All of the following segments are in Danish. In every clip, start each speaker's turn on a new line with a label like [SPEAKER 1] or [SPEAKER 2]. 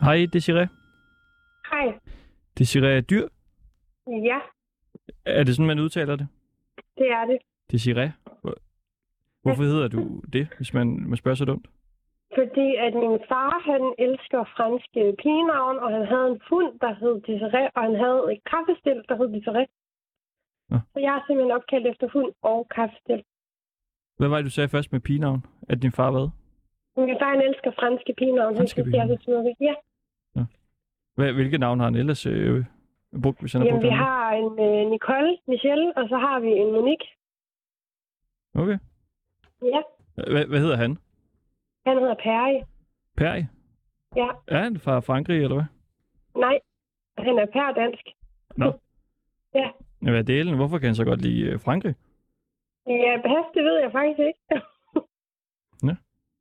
[SPEAKER 1] Hej, Desiree.
[SPEAKER 2] Hej.
[SPEAKER 1] Desiree Dyr?
[SPEAKER 2] Ja,
[SPEAKER 1] Er det sådan, man udtaler det?
[SPEAKER 2] det er det.
[SPEAKER 1] Desiree? Hvorfor hedder du det, hvis man spørger så dumt?
[SPEAKER 2] Fordi at min far, han elsker franske pigenavn, og han havde en hund, der hed Desiree, og han havde et kaffestil, der hed Desiree.
[SPEAKER 1] Ja.
[SPEAKER 2] Så jeg er simpelthen opkaldt efter hund og kaffestil.
[SPEAKER 1] Hvad var det, du sagde først med pigenavn? At din far hvad?
[SPEAKER 2] Min far, han elsker franske pigenavn. Han synes, det er så smukke. Ja.
[SPEAKER 1] Hvilke navn har han ellers brugt, hvis han har
[SPEAKER 2] Jamen,
[SPEAKER 1] brugt
[SPEAKER 2] vi
[SPEAKER 1] ham?
[SPEAKER 2] har en Nicole, Michelle, og så har vi en Monique.
[SPEAKER 1] Okay.
[SPEAKER 2] Ja,
[SPEAKER 1] Hvad hedder han?
[SPEAKER 2] han hedder Perry.
[SPEAKER 1] Perry?
[SPEAKER 2] Ja,
[SPEAKER 1] Er han fra Frankrig, eller hvad?
[SPEAKER 2] nej, han er dansk.
[SPEAKER 1] Nå.
[SPEAKER 2] Ja.
[SPEAKER 1] Hvad er delen? Hvorfor kan han så godt lide Frankrig?
[SPEAKER 2] Ja, det ved jeg faktisk ikke.
[SPEAKER 1] Ja.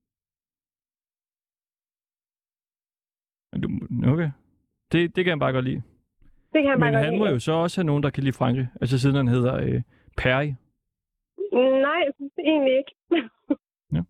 [SPEAKER 1] Okay. Det kan han bare godt lide.
[SPEAKER 2] Det kan han bare
[SPEAKER 1] Men
[SPEAKER 2] godt
[SPEAKER 1] han
[SPEAKER 2] lide.
[SPEAKER 1] må jo så også have nogen, der kan lide Frankrig. Altså siden han hedder Perry.
[SPEAKER 2] Nej, egentlig ikke.
[SPEAKER 1] Ja.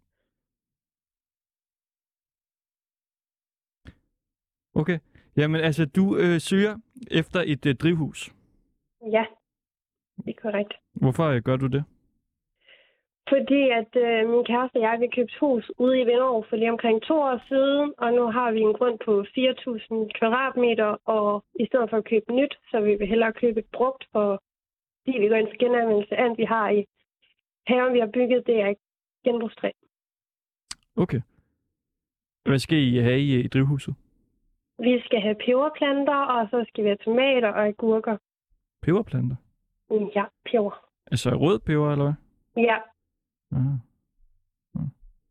[SPEAKER 1] Okay. Jamen altså, du søger efter et drivhus.
[SPEAKER 2] Ja, det er korrekt.
[SPEAKER 1] Hvorfor gør du det?
[SPEAKER 2] Fordi at min kæreste og jeg, vi købte hus ude i Vinderup for lige omkring 2 år siden, og nu har vi en grund på 4.000 kvadratmeter, og i stedet for at købe nyt, så vil vi hellere købe et brugt, fordi vi går ind for genanvendelse. Alt vi har i haven, vi har bygget, det er genbrugstræ.
[SPEAKER 1] Okay. Hvad skal I have i drivhuset?
[SPEAKER 2] Vi skal have peberplanter, og så skal vi have tomater og agurker.
[SPEAKER 1] Peberplanter?
[SPEAKER 2] Ja, peber.
[SPEAKER 1] Altså rød peber, eller hvad?
[SPEAKER 2] Ja.
[SPEAKER 1] Aha. Ja.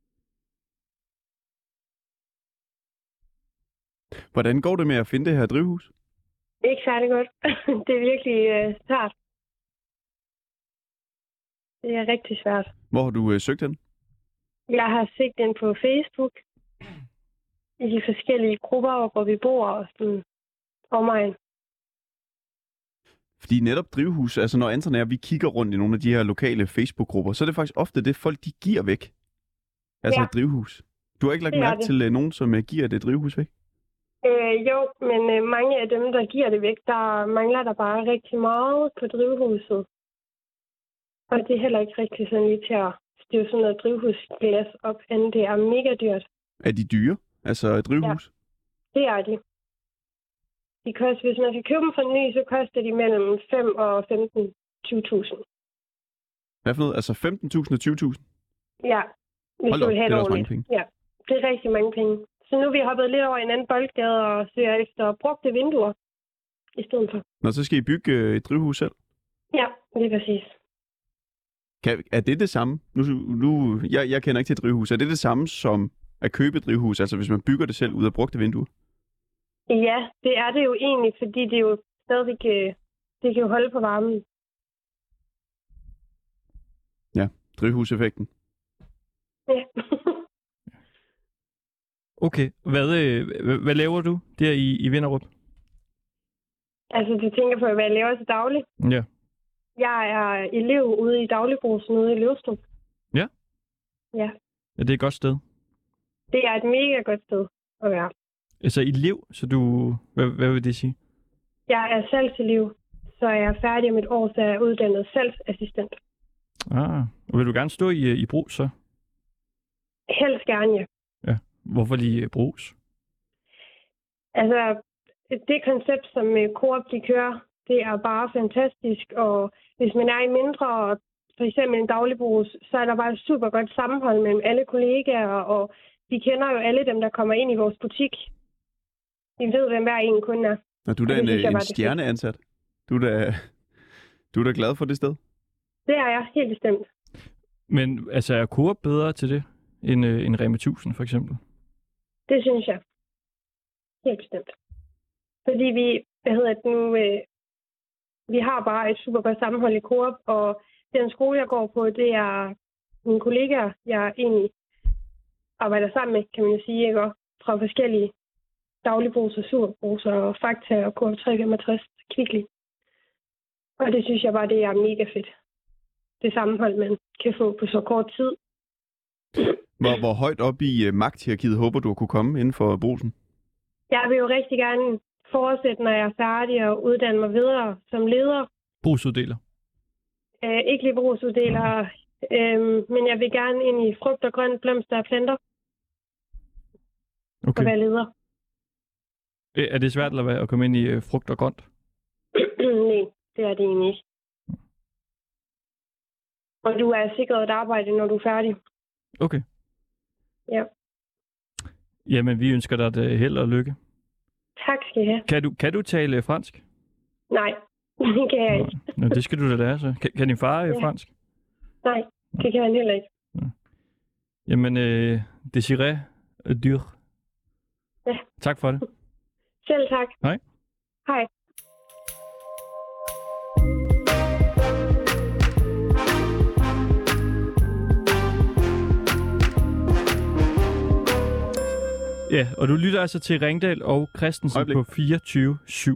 [SPEAKER 3] Hvordan går det med at finde det her drivhus?
[SPEAKER 2] Ikke særlig godt. Det er virkelig svært. Det er rigtig svært.
[SPEAKER 3] Hvor har du søgt hen?
[SPEAKER 2] Jeg har set den på Facebook. I de forskellige grupper, hvor vi bor og sådan omegn.
[SPEAKER 3] Fordi netop drivhus, altså når Anton og vi kigger rundt i nogle af de her lokale Facebook-grupper, så er det faktisk ofte det, folk de giver væk. Altså
[SPEAKER 2] Ja.
[SPEAKER 3] et drivhus. Du har ikke lagt
[SPEAKER 2] Det er
[SPEAKER 3] mærke
[SPEAKER 2] det.
[SPEAKER 3] til nogen, som giver et drivhus væk?
[SPEAKER 2] Jo, men mange af dem, der giver det væk, der mangler der bare rigtig meget på drivhuset. Og det er heller ikke rigtig sådan lige til at støve sådan noget drivhusglas op, end det er mega dyrt.
[SPEAKER 3] Er de dyre? Altså et drivhus?
[SPEAKER 2] Det er de. De koster, hvis man skal købe dem for ny, så koster de mellem 5 og 15, 20.000.
[SPEAKER 3] Hvad for noget? Altså 15.000 og 20.000?
[SPEAKER 2] Ja, hvis
[SPEAKER 3] Hold
[SPEAKER 2] du
[SPEAKER 3] op,
[SPEAKER 2] vil have
[SPEAKER 3] det er
[SPEAKER 2] det
[SPEAKER 3] også mange
[SPEAKER 2] ordentligt.
[SPEAKER 3] penge.
[SPEAKER 2] Ja, det er rigtig mange penge. Så nu er vi hoppet lidt over i en anden boldgade og ser efter brugte vinduer i stedet for.
[SPEAKER 3] Nå, så skal I bygge et drivhus selv?
[SPEAKER 2] Ja, det er præcis.
[SPEAKER 3] Er det det samme? Jeg kender ikke til drivhus. Er det det samme som at købe et drivhus? Altså hvis man bygger det selv ud af brugte vinduer?
[SPEAKER 2] Ja, det er det jo egentlig, fordi det jo stadigvæk det kan jo holde på varmen.
[SPEAKER 3] Ja, drivhuseffekten.
[SPEAKER 2] Ja.
[SPEAKER 1] Okay. Hvad laver du der i Vinderup?
[SPEAKER 2] Altså, du tænker på, hvad jeg laver til daglig.
[SPEAKER 1] Ja.
[SPEAKER 2] Jeg er elev ude i Dagligbrusen ude i Løvstrup.
[SPEAKER 1] Ja?
[SPEAKER 2] Ja.
[SPEAKER 1] Er det et godt sted?
[SPEAKER 2] Det er et mega godt sted at være.
[SPEAKER 1] Altså elev, så du... Hvad vil det sige?
[SPEAKER 2] Jeg er salgselev, så jeg er færdig om et år, så jeg er uddannet salgsassistent.
[SPEAKER 1] Og vil du gerne stå i Brus, så?
[SPEAKER 2] Helst gerne, ja.
[SPEAKER 1] Ja. Hvorfor lige Brus?
[SPEAKER 2] Altså, det koncept, som Coop de kører, det er bare fantastisk, og hvis man er i mindre, for eksempel en dagligbrug, så er der bare et super godt sammenhold mellem alle kollegaer, og vi kender jo alle dem, der kommer ind i vores butik. Vi ved, hvem hver en kunde er.
[SPEAKER 3] Og du er da
[SPEAKER 2] Og det synes jeg
[SPEAKER 3] en
[SPEAKER 2] bare, det er fedt.
[SPEAKER 3] stjerneansat. Du er da glad for det sted?
[SPEAKER 2] Det er jeg helt bestemt.
[SPEAKER 1] Men altså, er Coop bedre til det end Rema 1000, for eksempel?
[SPEAKER 2] Det synes jeg. Helt bestemt. Fordi vi har bare et super godt sammenhold i Coop, og den skole, jeg går på, det er mine kollegaer, jeg egentlig arbejder sammen med, kan man jo sige, ikke? Og fra forskellige dagligbruser, superbruser og Fakta og Coop 365 Kvickly. Og det synes jeg bare, det er mega fedt. Det sammenhold, man kan få på så kort tid.
[SPEAKER 3] Hvor højt op i magthierarkiet håber du at kunne komme inden for Brugsen?
[SPEAKER 2] Jeg vil jo rigtig gerne fortsætte, når jeg er færdig, og uddanne mig videre som leder.
[SPEAKER 1] Brugsuddeler?
[SPEAKER 2] Ikke lige brugsuddeler, men jeg vil gerne ind i frugt og grønt, blomster og planter.
[SPEAKER 1] Okay.
[SPEAKER 2] Og være leder.
[SPEAKER 1] Er det svært at komme ind i frugt og grønt?
[SPEAKER 2] Nej, det er det egentlig ikke. Og du er sikret et arbejde, når du er færdig.
[SPEAKER 1] Okay.
[SPEAKER 2] Ja.
[SPEAKER 1] Jamen, vi ønsker dig det held og lykke.
[SPEAKER 2] Tak skal I have.
[SPEAKER 1] Kan du tale fransk?
[SPEAKER 2] Nej, det kan jeg ikke.
[SPEAKER 1] Nå, det skal du da lære så. Kan din far fransk?
[SPEAKER 2] Nej, det kan han heller ikke.
[SPEAKER 1] Ja. Jamen, Désiré Dyr.
[SPEAKER 2] Ja.
[SPEAKER 1] Tak for det.
[SPEAKER 2] Selv tak.
[SPEAKER 1] Hej.
[SPEAKER 2] Hej.
[SPEAKER 1] Ja, og du lytter altså til Ringdal og Christensen på 24/7.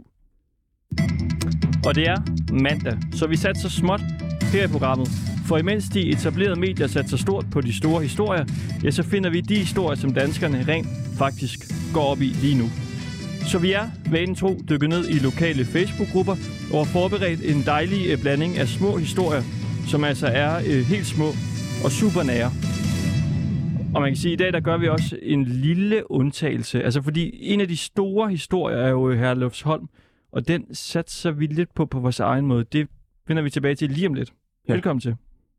[SPEAKER 1] Og det er mandag, så vi satte så småt her i programmet. For imens de etablerede medier satte sig stort på de store historier, ja, så finder vi de historier, som danskerne rent faktisk går op i lige nu. Så vi er, vanen tro, dykket ned i lokale Facebook-grupper og har forberedt en dejlig blanding af små historier, som altså er helt små og super nære. Og man kan sige, at i dag der gør vi også en lille undtagelse. Altså fordi en af de store historier er jo Herlufsholm, og den satser vi lidt på vores egen måde. Det vender vi tilbage til lige om lidt. Ja. Velkommen til.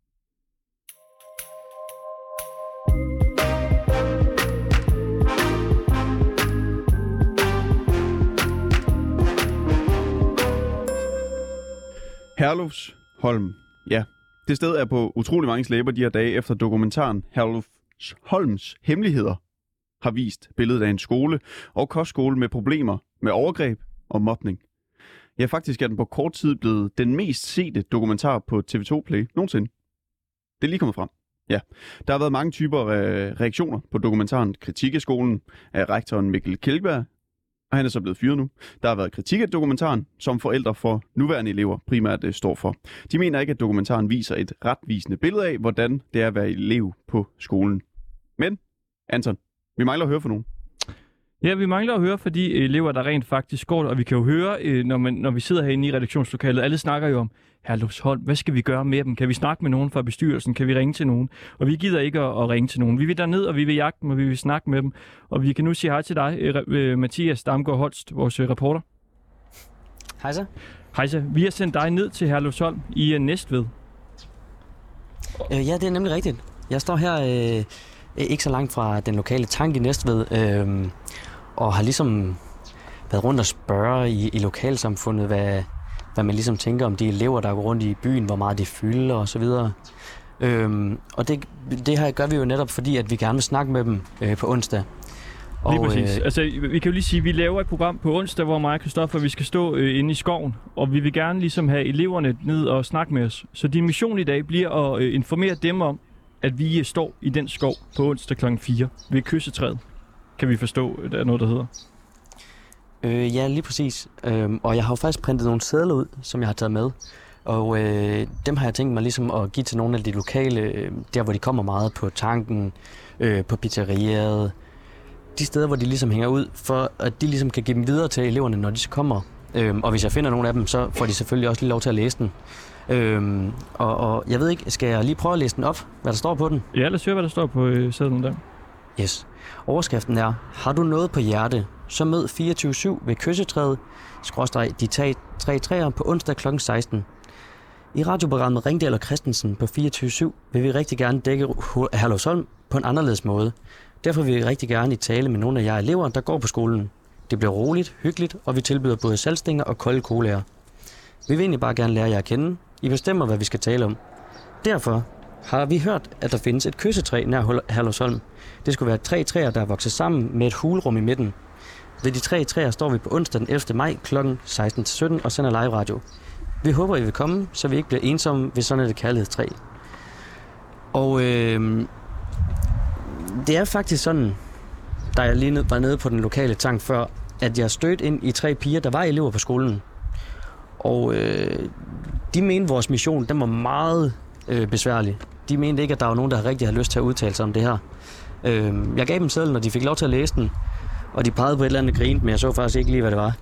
[SPEAKER 3] Herlufsholm. Ja, det sted er på utrolig mange læber de her dage efter dokumentaren Herlufsholms hemmeligheder har vist billedet af en skole og kostskole med problemer med overgreb og mobning. Ja, faktisk er den på kort tid blevet den mest sete dokumentar på TV2 Play nogensinde. Det er lige kommet frem. Ja, der har været mange typer reaktioner på dokumentaren. Kritik af skolen af rektoren Mikkel Kjeldberg, og han er så blevet fyret nu. Der har været kritik af dokumentaren, som forældre for nuværende elever primært står for. De mener ikke, at dokumentaren viser et retvisende billede af, hvordan det er at være elev på skolen. Men, Anton, vi mangler at høre fra nogen.
[SPEAKER 1] Ja, vi mangler at høre fra de elever, der rent faktisk går, og vi kan jo høre, når vi sidder herinde i redaktionslokalet, alle snakker jo om, Herlufsholm, hvad skal vi gøre med dem? Kan vi snakke med nogen fra bestyrelsen? Kan vi ringe til nogen? Og vi gider ikke at ringe til nogen. Vi vil derned, og vi vil jagte dem, og vi vil snakke med dem. Og vi kan nu sige hej til dig, Mathias Damgaard Holst, vores reporter.
[SPEAKER 4] Hej så.
[SPEAKER 1] Hej så. Vi har sendt dig ned til Herlufsholm i Næstved.
[SPEAKER 4] Ja, det er nemlig rigtigt. Jeg står her ikke så langt fra den lokale tank i Næstved, og har ligesom været rundt og spørge i lokalsamfundet, hvad man ligesom tænker om de elever, der går rundt i byen, hvor meget de fylder og så videre. Og det her gør vi jo netop, fordi at vi gerne vil snakke med dem på onsdag.
[SPEAKER 1] Lige præcis. Altså, vi kan jo lige sige, at vi laver et program på onsdag, hvor mig og Christoffer, vi skal stå inde i skoven, og vi vil gerne ligesom have eleverne ned og snakke med os. Så din mission i dag bliver at informere dem om, at vi står i den skov på onsdag kl. 4 ved kyssetræet. Kan vi forstå, der er noget, der hedder?
[SPEAKER 4] Ja, lige præcis. Og jeg har jo faktisk printet nogle sedler ud, som jeg har taget med. Og dem har jeg tænkt mig ligesom at give til nogle af de lokale, der hvor de kommer meget, på tanken, på pizzeriaet. De steder, hvor de ligesom hænger ud, for at de ligesom kan give dem videre til eleverne, når de så kommer. Og hvis jeg finder nogle af dem, så får de selvfølgelig også lige lov til at læse den. Og jeg ved ikke, skal jeg lige prøve at læse den op, hvad der står på den?
[SPEAKER 1] Ja, lad os høre, hvad der står på sedlen der.
[SPEAKER 4] Yes. Overskriften er: har du noget på hjerte, så mød 24/7 ved kyssetræet, / de 3 træer på onsdag kl. 16. I radioprogrammet Ringdal og Christensen på 24/7 vil vi rigtig gerne dække Herlufsholm på en anderledes måde. Derfor vil vi rigtig gerne i tale med nogle af jer elever, der går på skolen. Det bliver roligt, hyggeligt, og vi tilbyder både saltstænger og kolde colaer. Vi vil egentlig bare gerne lære jer at kende. I bestemmer, hvad vi skal tale om. Derfor har vi hørt, at der findes et kyssetræ nær Herlufsholm. Det skulle være 3 træer, der er vokset sammen med et hulrum i midten. Ved de 3 træer står vi på onsdag den 11. maj kl. 16-17 og sender live radio. Vi håber, I vil komme, så vi ikke bliver ensomme ved sådan et kærlighedstræ. Og det er faktisk sådan, da jeg lige var nede på den lokale tank før, at jeg stødte ind i 3 piger, der var elever på skolen. Og de mente, vores mission den var meget besværlig. De mente ikke, at der var nogen, der rigtig havde lyst til at udtale sig om det her. Jeg gav dem sedlen, og de fik lov til at læse den. Og de pegede på et eller andet grint, men jeg så faktisk ikke lige, hvad det var.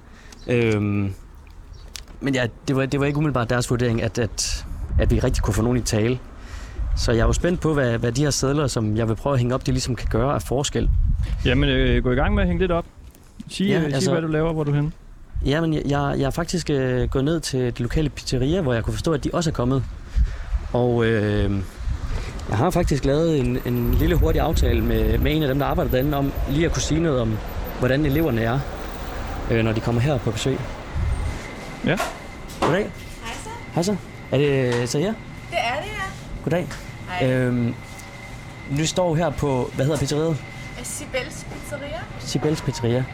[SPEAKER 4] Men ja, det var ikke umiddelbart deres vurdering, at vi rigtig kunne få nogen i tale. Så jeg er jo spændt på, hvad de her sedler, som jeg vil prøve at hænge op, de ligesom kan gøre af forskel.
[SPEAKER 1] Jamen, gå i gang med at hænge lidt op. Sig, hvad du laver, hvor du er henne.
[SPEAKER 4] Jamen, jeg er faktisk gået ned til det lokale pizzeria, hvor jeg kunne forstå, at de også er kommet. Og jeg har faktisk lavet en lille hurtig aftale med en af dem, der arbejder derinde, om lige at kunne sige noget om, hvordan eleverne er, når de kommer her på besøg.
[SPEAKER 1] Ja.
[SPEAKER 4] Goddag.
[SPEAKER 5] Hej så.
[SPEAKER 4] Hej så. Er det så her?
[SPEAKER 5] Det er det, ja.
[SPEAKER 4] Goddag.
[SPEAKER 5] Hej.
[SPEAKER 4] Nu står her på, hvad hedder pizzeriet?
[SPEAKER 5] Sibels Pizzeria.
[SPEAKER 4] Sibels Pizzeria.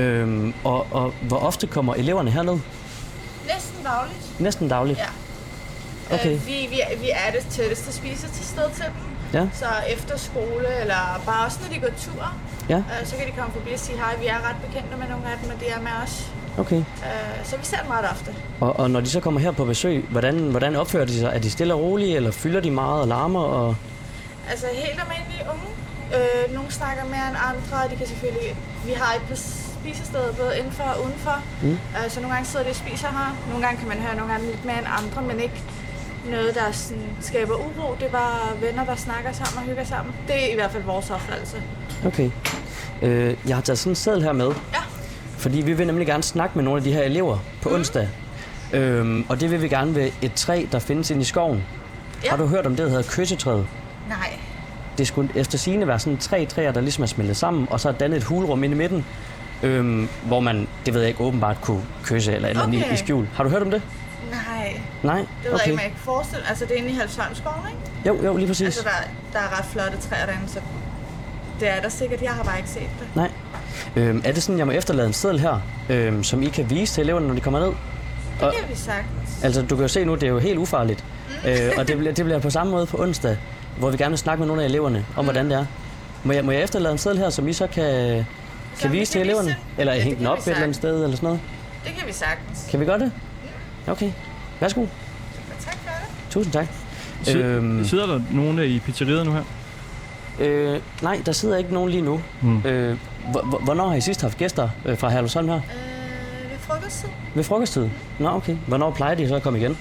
[SPEAKER 4] Og hvor ofte kommer eleverne herned?
[SPEAKER 5] Næsten dagligt.
[SPEAKER 4] Næsten dagligt?
[SPEAKER 5] Ja.
[SPEAKER 4] Okay.
[SPEAKER 5] Vi er det tætteste spiser til sted til dem.
[SPEAKER 4] Ja.
[SPEAKER 5] Så efter skole, eller bare også når de går tur,
[SPEAKER 4] ja.
[SPEAKER 5] Så kan de komme forbi og sige hej. Vi er ret bekendte med nogle af dem, og de er med os.
[SPEAKER 4] Okay.
[SPEAKER 5] Så vi ser dem ret ofte.
[SPEAKER 4] Og når de så kommer her på besøg, hvordan opfører de sig? Er de stille og rolige, eller fylder de meget og larmer? Og...
[SPEAKER 5] Altså helt almindelige unge. Nogle snakker mere end andre. De kan selvfølgelig... Vi har et par spisesteder både indenfor og udenfor. Så nogle gange sidder de og spiser her. Nogle gange kan man høre nogle gange lidt mere end andre, men ikke noget, der sådan skaber uro. Det er bare venner, der snakker sammen og hygger sammen. Det er i hvert fald vores opfattelse.
[SPEAKER 4] Okay. Jeg har taget sådan en seddel her med.
[SPEAKER 5] Ja.
[SPEAKER 4] Fordi vi vil nemlig gerne snakke med nogle af de her elever på onsdag. Og det vil vi gerne ved et træ, der findes inde i skoven. Ja. Har du hørt om det, der hedder kyssetræet?
[SPEAKER 5] Nej.
[SPEAKER 4] Det skulle efter sigende være sådan 3 træer, der ligesom er smeltet sammen, og så er dannet et hulrum inde i midten, hvor man, det ved jeg ikke, åbenbart kunne kysse eller andet i skjul. Har du hørt om det? Nej?
[SPEAKER 5] Det ved jeg ikke, man ikke forestille. Altså det er inde i Halvsholmskoven, ikke?
[SPEAKER 4] Jo, lige præcis.
[SPEAKER 5] Altså der er ret flotte træer derinde, så det er der sikkert. Jeg har bare ikke set det.
[SPEAKER 4] Nej. Er det sådan, jeg må efterlade en seddel her, som I kan vise til eleverne, når de kommer ned?
[SPEAKER 5] Det kan vi sagtens.
[SPEAKER 4] Altså, du kan jo se nu, det er jo helt ufarligt. Og det bliver på samme måde på onsdag, hvor vi gerne vil snakke med nogle af eleverne om, hvordan det er. Må jeg efterlade en seddel her, som I så kan vise til eleverne? Eller hænge den op et eller andet sted, eller sådan noget?
[SPEAKER 5] Det kan vi sagtens.
[SPEAKER 4] Kan vi gøre det? Okay. Værsgo.
[SPEAKER 5] Tak for det.
[SPEAKER 4] Tusind tak.
[SPEAKER 1] Sidder der nogen i pizzeriet nu her?
[SPEAKER 4] Nej, der sidder ikke nogen lige nu. Hvornår har I sidst haft gæster fra Herlufsholm her?
[SPEAKER 5] Ved frokosttid.
[SPEAKER 4] Ved frokosttid? Nå, okay. Hvornår plejer de så at komme igen?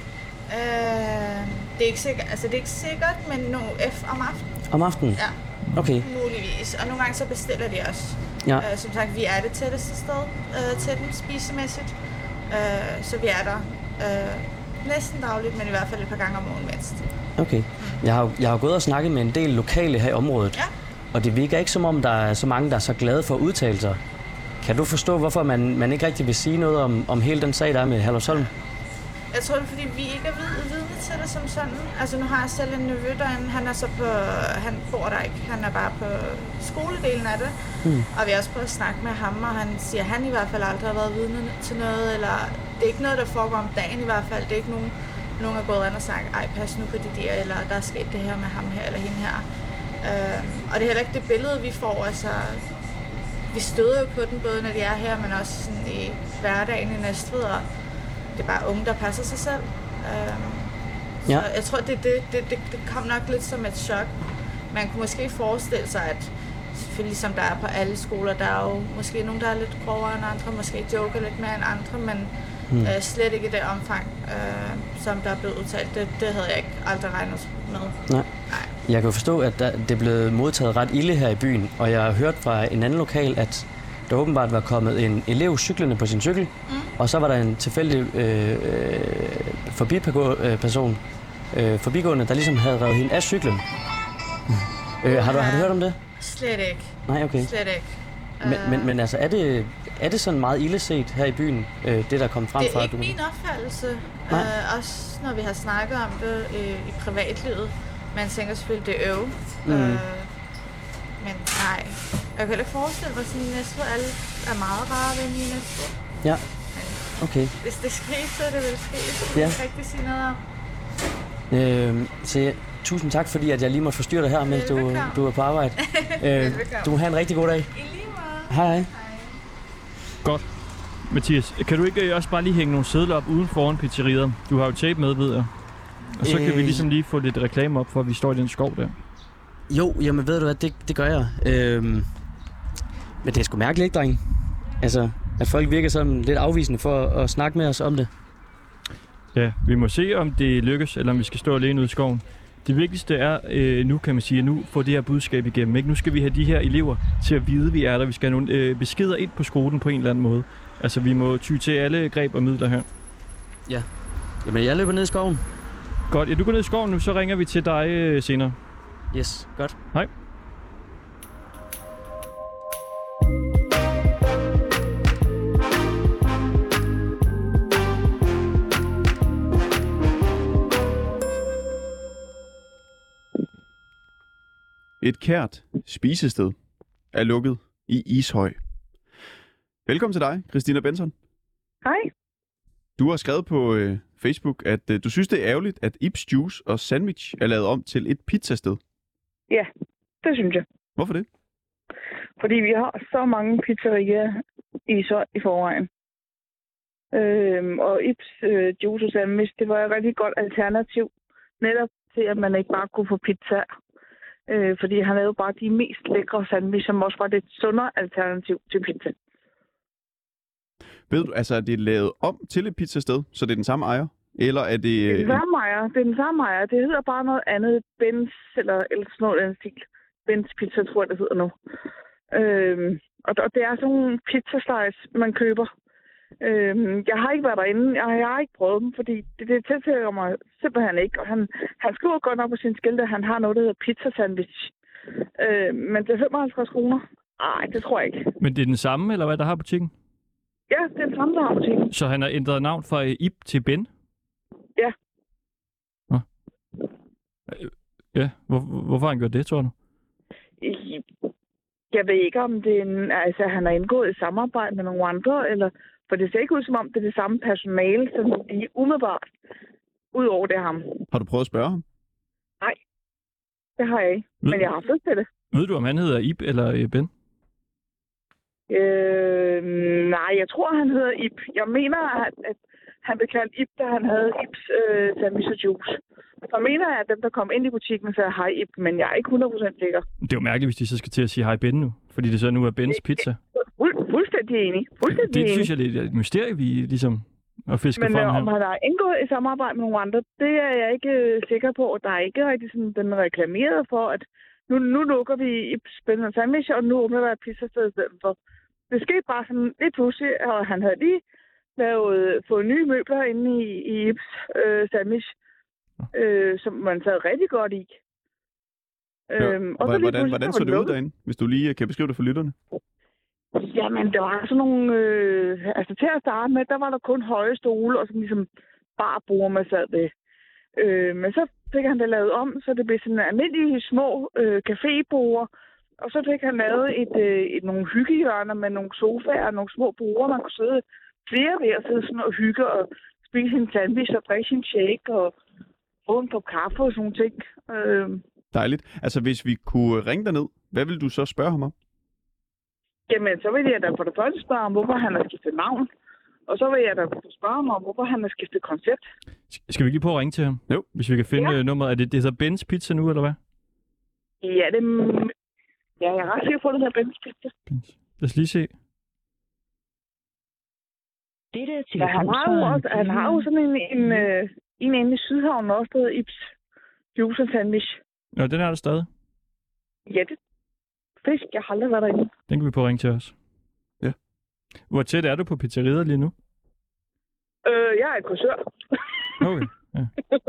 [SPEAKER 5] Det er ikke sikkert, men om aftenen.
[SPEAKER 4] Om aftenen?
[SPEAKER 5] Ja.
[SPEAKER 4] Okay.
[SPEAKER 5] Muligvis. Og nogle gange så bestiller de også.
[SPEAKER 4] Ja.
[SPEAKER 5] Som sagt, vi er det tætteste sted til dem spisemæssigt. Så vi er der næsten dagligt, men i hvert fald et par gange om ugen mindst.
[SPEAKER 4] Okay. Jeg har gået og snakket med en del lokale her i området. Ja. Og det virker ikke som om, der er så mange, der er så glade for at udtale sig. Kan du forstå, hvorfor man ikke rigtig vil sige noget om hele den sag, der er med Herlufsholm?
[SPEAKER 5] Jeg tror, det er, fordi vi ikke er vidne til det som sådan. Altså, nu har jeg selv en nevø derinde. Han bor der ikke. Han er bare på skoledelen af det. Og vi har også prøvet at snakke med ham, og han siger, at han i hvert fald aldrig har været vidne til noget. Eller det er ikke noget, der foregår om dagen i hvert fald. Det er ikke nogen er gået ind og sagt, ej, pas nu på de der, eller der er sket det her med ham her, eller hende her. Og det er heller ikke det billede, vi får. Altså, vi støder jo på den, både når de er her, men også sådan i hverdagen i Næstved. Det er bare unge, der passer sig selv. Så jeg tror, det kom nok lidt som et chok. Man kunne måske forestille sig, at selvfølgelig som der er på alle skoler, der er jo måske nogen, der er lidt grovere end andre, måske joker lidt mere end andre, men slet ikke i det omfang, som der er blevet udtalt. Det havde jeg ikke aldrig regnet med.
[SPEAKER 4] Nej. Jeg kan jo forstå, at det er blevet modtaget ret ilde her i byen, og jeg har hørt fra en anden lokal, at der åbenbart var kommet en elev cyklende på sin cykel, og så var der en tilfældig forbigående, der ligesom havde revet hende af cyklen. Har du hørt om det?
[SPEAKER 5] Slet ikke.
[SPEAKER 4] Nej, okay.
[SPEAKER 5] Slet ikke.
[SPEAKER 4] Men altså, er det sådan meget ille set her i byen, det der kom frem fra?
[SPEAKER 5] Det er ikke min opfattelse. Også når vi har snakket om det i privatlivet. Man tænker selvfølgelig, det er men nej. Jeg kan heller ikke forestille mig, sådan Næstved alle er meget rare ved i Næstved.
[SPEAKER 4] Ja, okay.
[SPEAKER 5] Hvis det skete, så det vil ske. Det kan jeg ikke rigtig sige noget om.
[SPEAKER 4] Så tusind tak, fordi at jeg lige måtte forstyrre dig her, mens du er på arbejde. Du må have en rigtig god dag.
[SPEAKER 5] I lige måde.
[SPEAKER 4] Hej.
[SPEAKER 1] Godt. Mathias, kan du ikke også bare lige hænge nogle sedler op uden foran pizzeriet? Du har jo tape med, ved jeg. Og så kan vi ligesom lige få lidt reklame op, for at vi står i den skov der.
[SPEAKER 4] Jo, jamen ved du hvad, det gør jeg. Men det er sgu mærkeligt, ikke, drenge? Altså, at folk virker sådan lidt afvisende for at snakke med os om det.
[SPEAKER 1] Ja, vi må se, om det lykkes, eller om vi skal stå alene ude i skoven. Det vigtigste er nu, kan man sige, at nu får det her budskab igennem. Ikke? Nu skal vi have de her elever til at vide, at vi er der. Vi skal have nogle beskeder ind på skolen på en eller anden måde. Altså, vi må ty til alle greb og midler her.
[SPEAKER 4] Ja. Jamen, jeg løber ned i skoven.
[SPEAKER 1] Godt. Ja, du går ned i skoven nu, så ringer vi til dig senere.
[SPEAKER 4] Yes, godt.
[SPEAKER 1] Hej.
[SPEAKER 3] Et kært spisested er lukket i Ishøj. Velkommen til dig, Christina Benson.
[SPEAKER 6] Hej.
[SPEAKER 3] Du har skrevet på Facebook, at du synes, det er ærgerligt, at Ibs Juice og Sandwich er lavet om til et pizzasted.
[SPEAKER 6] Ja, det synes jeg.
[SPEAKER 3] Hvorfor det?
[SPEAKER 6] Fordi vi har så mange pizzerier i forvejen. Og Ibs Juice og Sandwich, det var et rigtig godt alternativ. Netop til, at man ikke bare kunne få pizza. Fordi han lavede bare de mest lækre sandwich, som også var det sundere alternativ til pizza.
[SPEAKER 3] Ved du, altså er det lavet om til et pizzasted, så det er den samme ejer? Eller er det...
[SPEAKER 6] Det er den samme ejer. Det er den samme ejer. Det hedder bare noget andet. Ben's eller sådan noget andet stil. Ben's Pizza, tror jeg, det hedder nu. Og det er sådan nogle pizzaslice, man køber. Jeg har ikke været derinde. Jeg har ikke prøvet dem, fordi det tiltaler mig simpelthen ikke. Og han skriver godt nok på sin skilte, at han har noget, der hedder pizza sandwich. Men det er 55 kroner. Nej, det tror jeg ikke.
[SPEAKER 1] Men det er den samme, eller hvad, der har butikken?
[SPEAKER 6] Ja, det er den samme, der har butikken.
[SPEAKER 1] Så han har ændret navn fra Ib til Ben?
[SPEAKER 6] Ja.
[SPEAKER 1] Ja, hvorfor har han gjort det, tror du?
[SPEAKER 6] Jeg ved ikke, om det er han har indgået i samarbejde med nogle andre, eller... For det ser ikke ud, som om det er det samme personale, som de umiddelbart, udover det ham.
[SPEAKER 3] Har du prøvet at spørge ham?
[SPEAKER 6] Nej, det har jeg ikke. Men jeg har lyst til det.
[SPEAKER 1] Ved du, om han hedder Ib eller Ben?
[SPEAKER 6] Nej, jeg tror, han hedder Ib. Jeg mener, at han blev kaldt Ib, da han havde Ibs sandwich og juice. Så mener jeg, at dem, der kom ind i butikken, sagde hej Ib, men jeg er ikke 100% sikker.
[SPEAKER 1] Det er jo mærkeligt, hvis de så skal til at sige hej Ben nu, fordi det så nu er Bens pizza.
[SPEAKER 6] Fuldstændig enig.
[SPEAKER 1] Det synes jeg, det er et mysterie, vi ligesom at fiske frem her.
[SPEAKER 6] Men om han har indgået i samarbejde med nogle andre, det er jeg ikke sikker på. Der er ikke rigtig sådan, den reklameret for, at nu lukker vi Ibs Ben Sandwich, og nu åbner der et pizzasted i stedet for. Det skete bare sådan lidt pludselig, og han havde lige fået nye møbler inde i Ibs Sandwich, som man sad rigtig godt i.
[SPEAKER 3] Hvordan så det ud derinde, hvis du lige kan beskrive det for lytterne?
[SPEAKER 6] Jamen, der var sådan nogle... til at starte med, der var der kun høje stole, og sådan ligesom bare bord, man sad ved. Men så fik han det lavet om, så det blev sådan almindelige små cafébord. Og så fik han lavet nogle hyggehjørner med nogle sofaer og nogle små borde, man kunne sidde flere ved at sidde sådan og hygge og spise en sandwich og drikke sin shake og få en kop kaffe og sådan nogle ting.
[SPEAKER 3] Dejligt. Altså, hvis vi kunne ringe derned, hvad vil du så spørge ham om?
[SPEAKER 6] Jamen, så vil jeg da for det første spørge om, hvorfor han har skiftet navn. Og så vil jeg da spørge ham om, hvorfor han har skiftet koncept.
[SPEAKER 1] Skal vi lige prøve at ringe til ham?
[SPEAKER 3] Jo.
[SPEAKER 1] Hvis vi kan finde nummeret. Er det hedder Bens Pizza nu, eller hvad?
[SPEAKER 6] Ja, jeg er ret sikker på, at det hedder Bens Pizza.
[SPEAKER 1] Lad os lige se.
[SPEAKER 6] Ja, han har jo sådan en inde i Sydhavn også, der hedder Ibs Juice og Sandwich.
[SPEAKER 1] Ja, den er der stadig.
[SPEAKER 6] Ja, det fisk. Jeg har aldrig været derinde.
[SPEAKER 1] Den kan vi prøve at ringe til os.
[SPEAKER 3] Ja.
[SPEAKER 1] Hvor tæt er du på pizzeriet lige nu?
[SPEAKER 6] Jeg er kursør.
[SPEAKER 1] Okay, ja.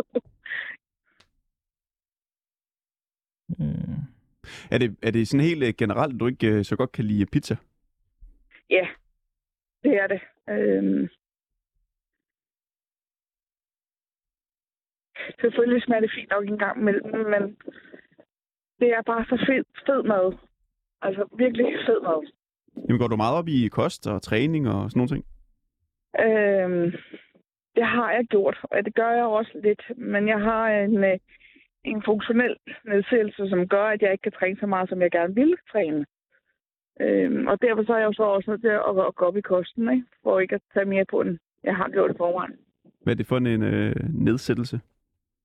[SPEAKER 3] Er det sådan helt generelt, at du ikke så godt kan lide pizza?
[SPEAKER 6] Ja, det er det. Selvfølgelig smager det fint nok en gang imellem, men det er bare så fed mad. Altså virkelig fed mad.
[SPEAKER 3] Jamen, går du meget op i kost og træning og sådan nogle ting?
[SPEAKER 6] Det har jeg gjort, og det gør jeg også lidt. Men jeg har en funktionel nedsættelse, som gør, at jeg ikke kan træne så meget, som jeg gerne ville træne. Og derfor så er jeg jo så også nødt til at gå op i kosten, ikke? For ikke at tage mere på den. Jeg har gjort det forvejen.
[SPEAKER 3] Hvad er det for en nedsættelse?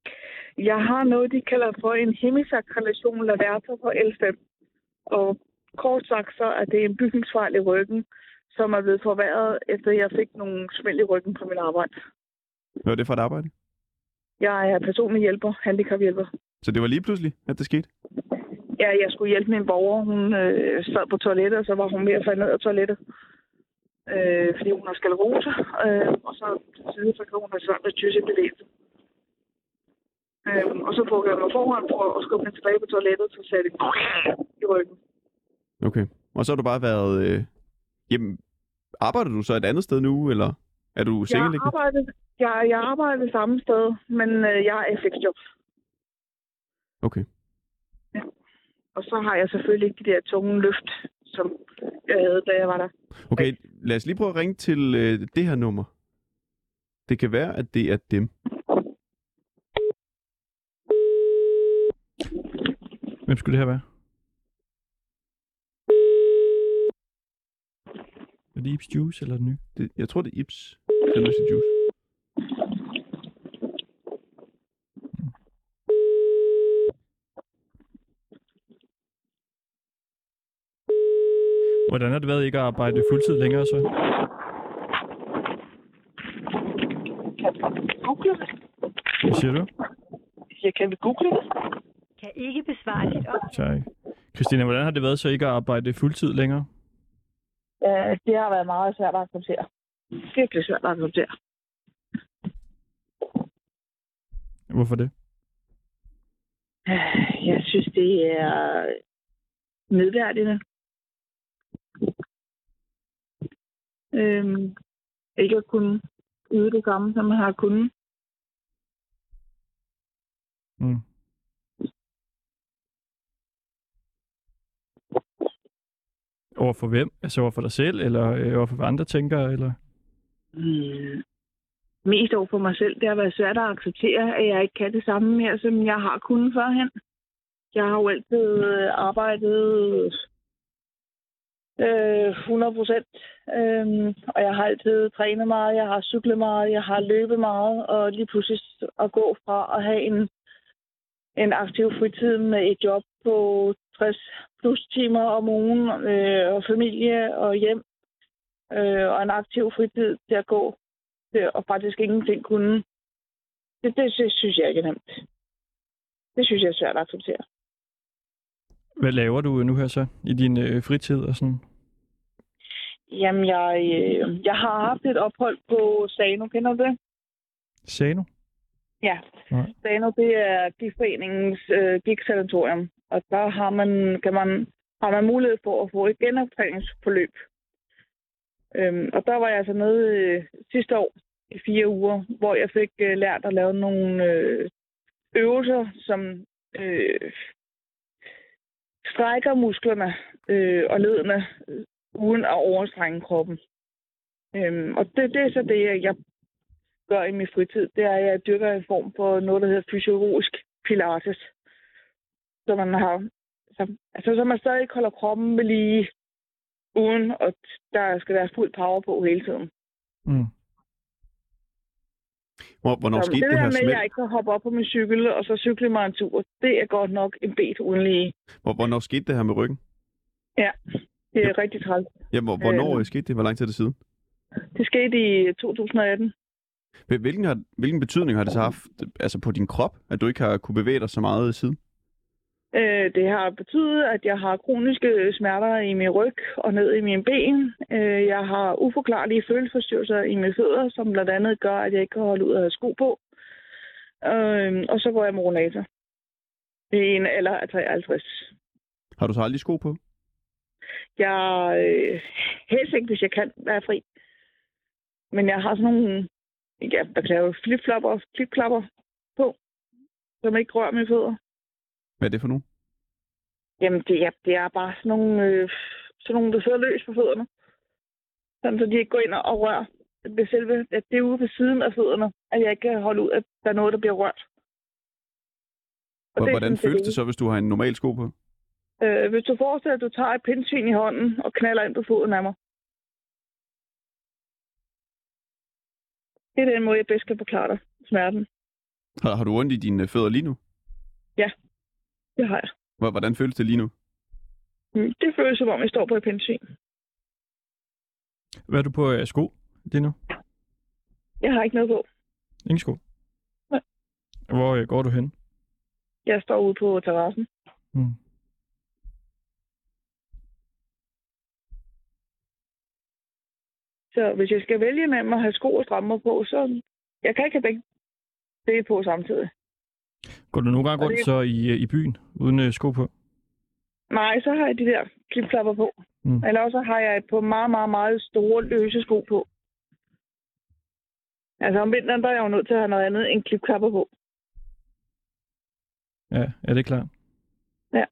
[SPEAKER 6] Jeg har noget, de kalder for en hemisakrelation laverta på L5. Og kort sagt så er det en bygningsfejl i ryggen, som er blevet forværret, efter jeg fik nogle smæld i ryggen på mit arbejde.
[SPEAKER 3] Hvad var det for et arbejde?
[SPEAKER 6] Jeg er personlig hjælper, handicaphjælper.
[SPEAKER 3] Så det var lige pludselig, at det skete?
[SPEAKER 6] Ja, jeg skulle hjælpe min borger. Hun sad på toilettet, og så var hun ved at falde ned af toilettet. Fordi hun har sklerose, og så til side, så kan hun have svært med tysse bevægelse. Og så brugte jeg mig foran på at skubbe hende tilbage på toilettet, så satte det i ryggen.
[SPEAKER 3] Okay. Og så har du bare været hjemme. Arbejder du så et andet sted nu, eller er du sengeliggende?
[SPEAKER 6] Jeg arbejder det samme sted, men jeg er i fleksjob.
[SPEAKER 3] Okay.
[SPEAKER 6] Ja. Og så har jeg selvfølgelig ikke de der tunge løft, som jeg havde, da jeg var der.
[SPEAKER 3] Okay, lad os lige prøve at ringe til det her nummer. Det kan være, at det er dem.
[SPEAKER 1] Hvem skulle det her være? Er det Ibs Juice eller det nye?
[SPEAKER 3] Jeg tror, det er Ibs. Juice.
[SPEAKER 1] Hvordan har det været ikke at arbejde fuldtid længere så?
[SPEAKER 6] Google det.
[SPEAKER 1] Hvad siger du?
[SPEAKER 6] Kan vi google det?
[SPEAKER 7] Kan ikke besvare dit op.
[SPEAKER 1] Tak. Christina, hvordan har det været så ikke at arbejde fuldtid længere?
[SPEAKER 6] Det har været meget svært at acceptere. Virkelig svært at acceptere.
[SPEAKER 1] Hvorfor det?
[SPEAKER 6] Jeg synes, det er nedværdigende. Ikke at kunne yde det samme, som man har kunnet.
[SPEAKER 1] Mm. Overfor hvem? Altså overfor dig selv, eller overfor hvad andre tænker, eller?
[SPEAKER 6] Mest overfor mig selv. Det har været svært at acceptere, at jeg ikke kan det samme mere, som jeg har kunnet førhen. Jeg har jo altid arbejdet 100%, og jeg har altid trænet meget, jeg har cyklet meget, jeg har løbet meget, og lige pludselig at gå fra at have en aktiv fritid med et job på 60 plus timer om ugen, og familie og hjem, og en aktiv fritid til at gå, og faktisk ingenting kunne. Det synes jeg ikke er nemt. Det synes jeg er svært at acceptere.
[SPEAKER 1] Hvad laver du nu her så i din fritid og sådan?
[SPEAKER 6] Jamen, jeg har haft et ophold på Sano. Kender du det?
[SPEAKER 1] Sano?
[SPEAKER 6] Ja.
[SPEAKER 1] Nej.
[SPEAKER 6] Sano, det er Gigtforeningens gigtsanatorium. Og der har man mulighed for at få et genoptræningsforløb. Og der var jeg altså nede sidste år i 4 uger, hvor jeg fik lært at lave nogle øvelser, som strækker musklerne og ledene uden at overstrenge kroppen. Og det er så det, jeg gør i min fritid. Det er, at jeg dyrker en form for noget, der hedder fysiologisk pilates. Så man har, så man stadig holder kroppen ved lige, uden at der skal være fuld power på hele tiden.
[SPEAKER 1] Mm.
[SPEAKER 3] Hvornår skete det her
[SPEAKER 6] med,
[SPEAKER 3] smæld?
[SPEAKER 6] at jeg ikke kan hoppe op på min cykel, og så cykle mig en tur, det er godt nok en bet uden lige.
[SPEAKER 3] Hvornår skete det her med ryggen?
[SPEAKER 6] Ja, det er rigtig træls.
[SPEAKER 3] Ja, hvornår skete det? Hvor lang tid er det siden?
[SPEAKER 6] Det skete i 2018.
[SPEAKER 3] Hvilken betydning har det så haft altså på din krop, at du ikke har kunne bevæge dig så meget siden?
[SPEAKER 6] Det har betydet, at jeg har kroniske smerter i min ryg og ned i mine ben. Jeg har uforklarlige følelsesforstyrrelser i mine fødder, som blandt andet gør, at jeg ikke kan holde ud af sko på. Og så går jeg med rollator. I en alder af 53.
[SPEAKER 3] Har du så aldrig sko på?
[SPEAKER 6] Jeg helst ikke, hvis jeg kan være fri. Men jeg har sådan nogle, der kan lave flipklapper på, som ikke rører mine fødder.
[SPEAKER 3] Hvad er det for nogle?
[SPEAKER 6] Jamen, det er bare sådan nogle, der sidder løs på fødderne. Sådan, så de ikke går ind og rører ved selve, at det er ude på siden af fødderne, at jeg ikke kan holde ud, at der er noget, der bliver rørt.
[SPEAKER 3] Hvordan føles det så, hvis du har en normal sko på?
[SPEAKER 6] Hvis du forestiller, at du tager et pindsvin i hånden og knalder ind på foden af mig. Det er den måde, jeg bedst kan forklare dig. Smerten.
[SPEAKER 3] Har du ondt i dine fødder lige nu?
[SPEAKER 6] Ja, det har jeg.
[SPEAKER 3] Hvordan føles det lige nu?
[SPEAKER 6] Det føles som om, jeg står på et pensyn.
[SPEAKER 1] Hvad er du på sko lige nu?
[SPEAKER 6] Jeg har ikke noget på.
[SPEAKER 1] Ingen sko?
[SPEAKER 6] Nej.
[SPEAKER 1] Hvor går du hen?
[SPEAKER 6] Jeg står ude på terrassen. Så hvis jeg skal vælge mellem at have sko og strammer på, så jeg kan ikke have begge det på samtidig.
[SPEAKER 1] Går du nogle gange rundt så i byen uden sko på?
[SPEAKER 6] Nej, så har jeg de der klipklapper på. Eller også har jeg et på meget, meget, meget store løse sko på. Altså om vinteren, der er jeg jo nødt til at have noget andet end klipklapper på.
[SPEAKER 1] Ja, er det klart?
[SPEAKER 6] Ja.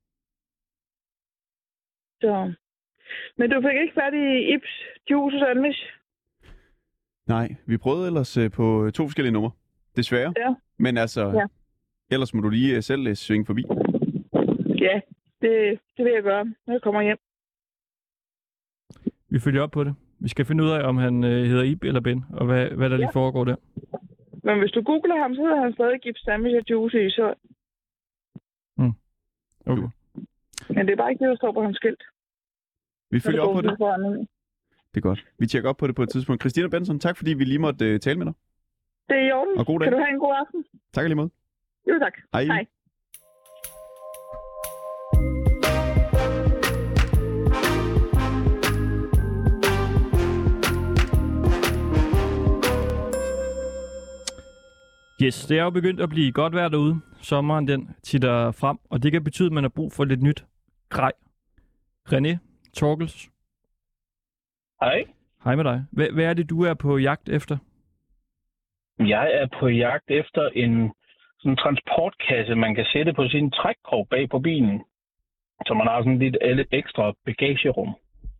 [SPEAKER 6] Så. Men du fik ikke fat i Ibs juice sandwich?
[SPEAKER 3] Nej, vi prøvede ellers på 2 forskellige numre. Desværre.
[SPEAKER 6] Ja.
[SPEAKER 3] Men altså, ellers må du lige selv svinge forbi.
[SPEAKER 6] Ja, det vil jeg gøre, når jeg kommer hjem.
[SPEAKER 1] Vi følger op på det. Vi skal finde ud af, om han hedder Ib eller Ben, og hvad der lige foregår der.
[SPEAKER 6] Men hvis du googler ham, så hedder han stadig Ibs sandwich og juice i så.
[SPEAKER 1] Okay.
[SPEAKER 6] Men det er bare ikke det, der står på hans skilt.
[SPEAKER 3] Vi følger op på det. Det er godt. Vi tjekker op på det på et tidspunkt. Christina Benson, tak fordi vi lige måtte tale med dig.
[SPEAKER 6] Det er i orden.
[SPEAKER 3] Og god dag.
[SPEAKER 6] Kan du have en god aften?
[SPEAKER 3] Tak lige måde.
[SPEAKER 6] Jo, tak.
[SPEAKER 3] Hej.
[SPEAKER 6] Hej.
[SPEAKER 1] Yes, det er jo begyndt at blive godt vejr derude. Sommeren den titter frem, og det kan betyde, at man har brug for lidt nyt grej. René Torkels.
[SPEAKER 8] Hej.
[SPEAKER 1] Hej med dig. Hvad er det, du er på jagt efter?
[SPEAKER 8] Jeg er på jagt efter en sådan transportkasse, man kan sætte på sin trækkrog bag på bilen. Så man har sådan lidt ekstra bagagerum.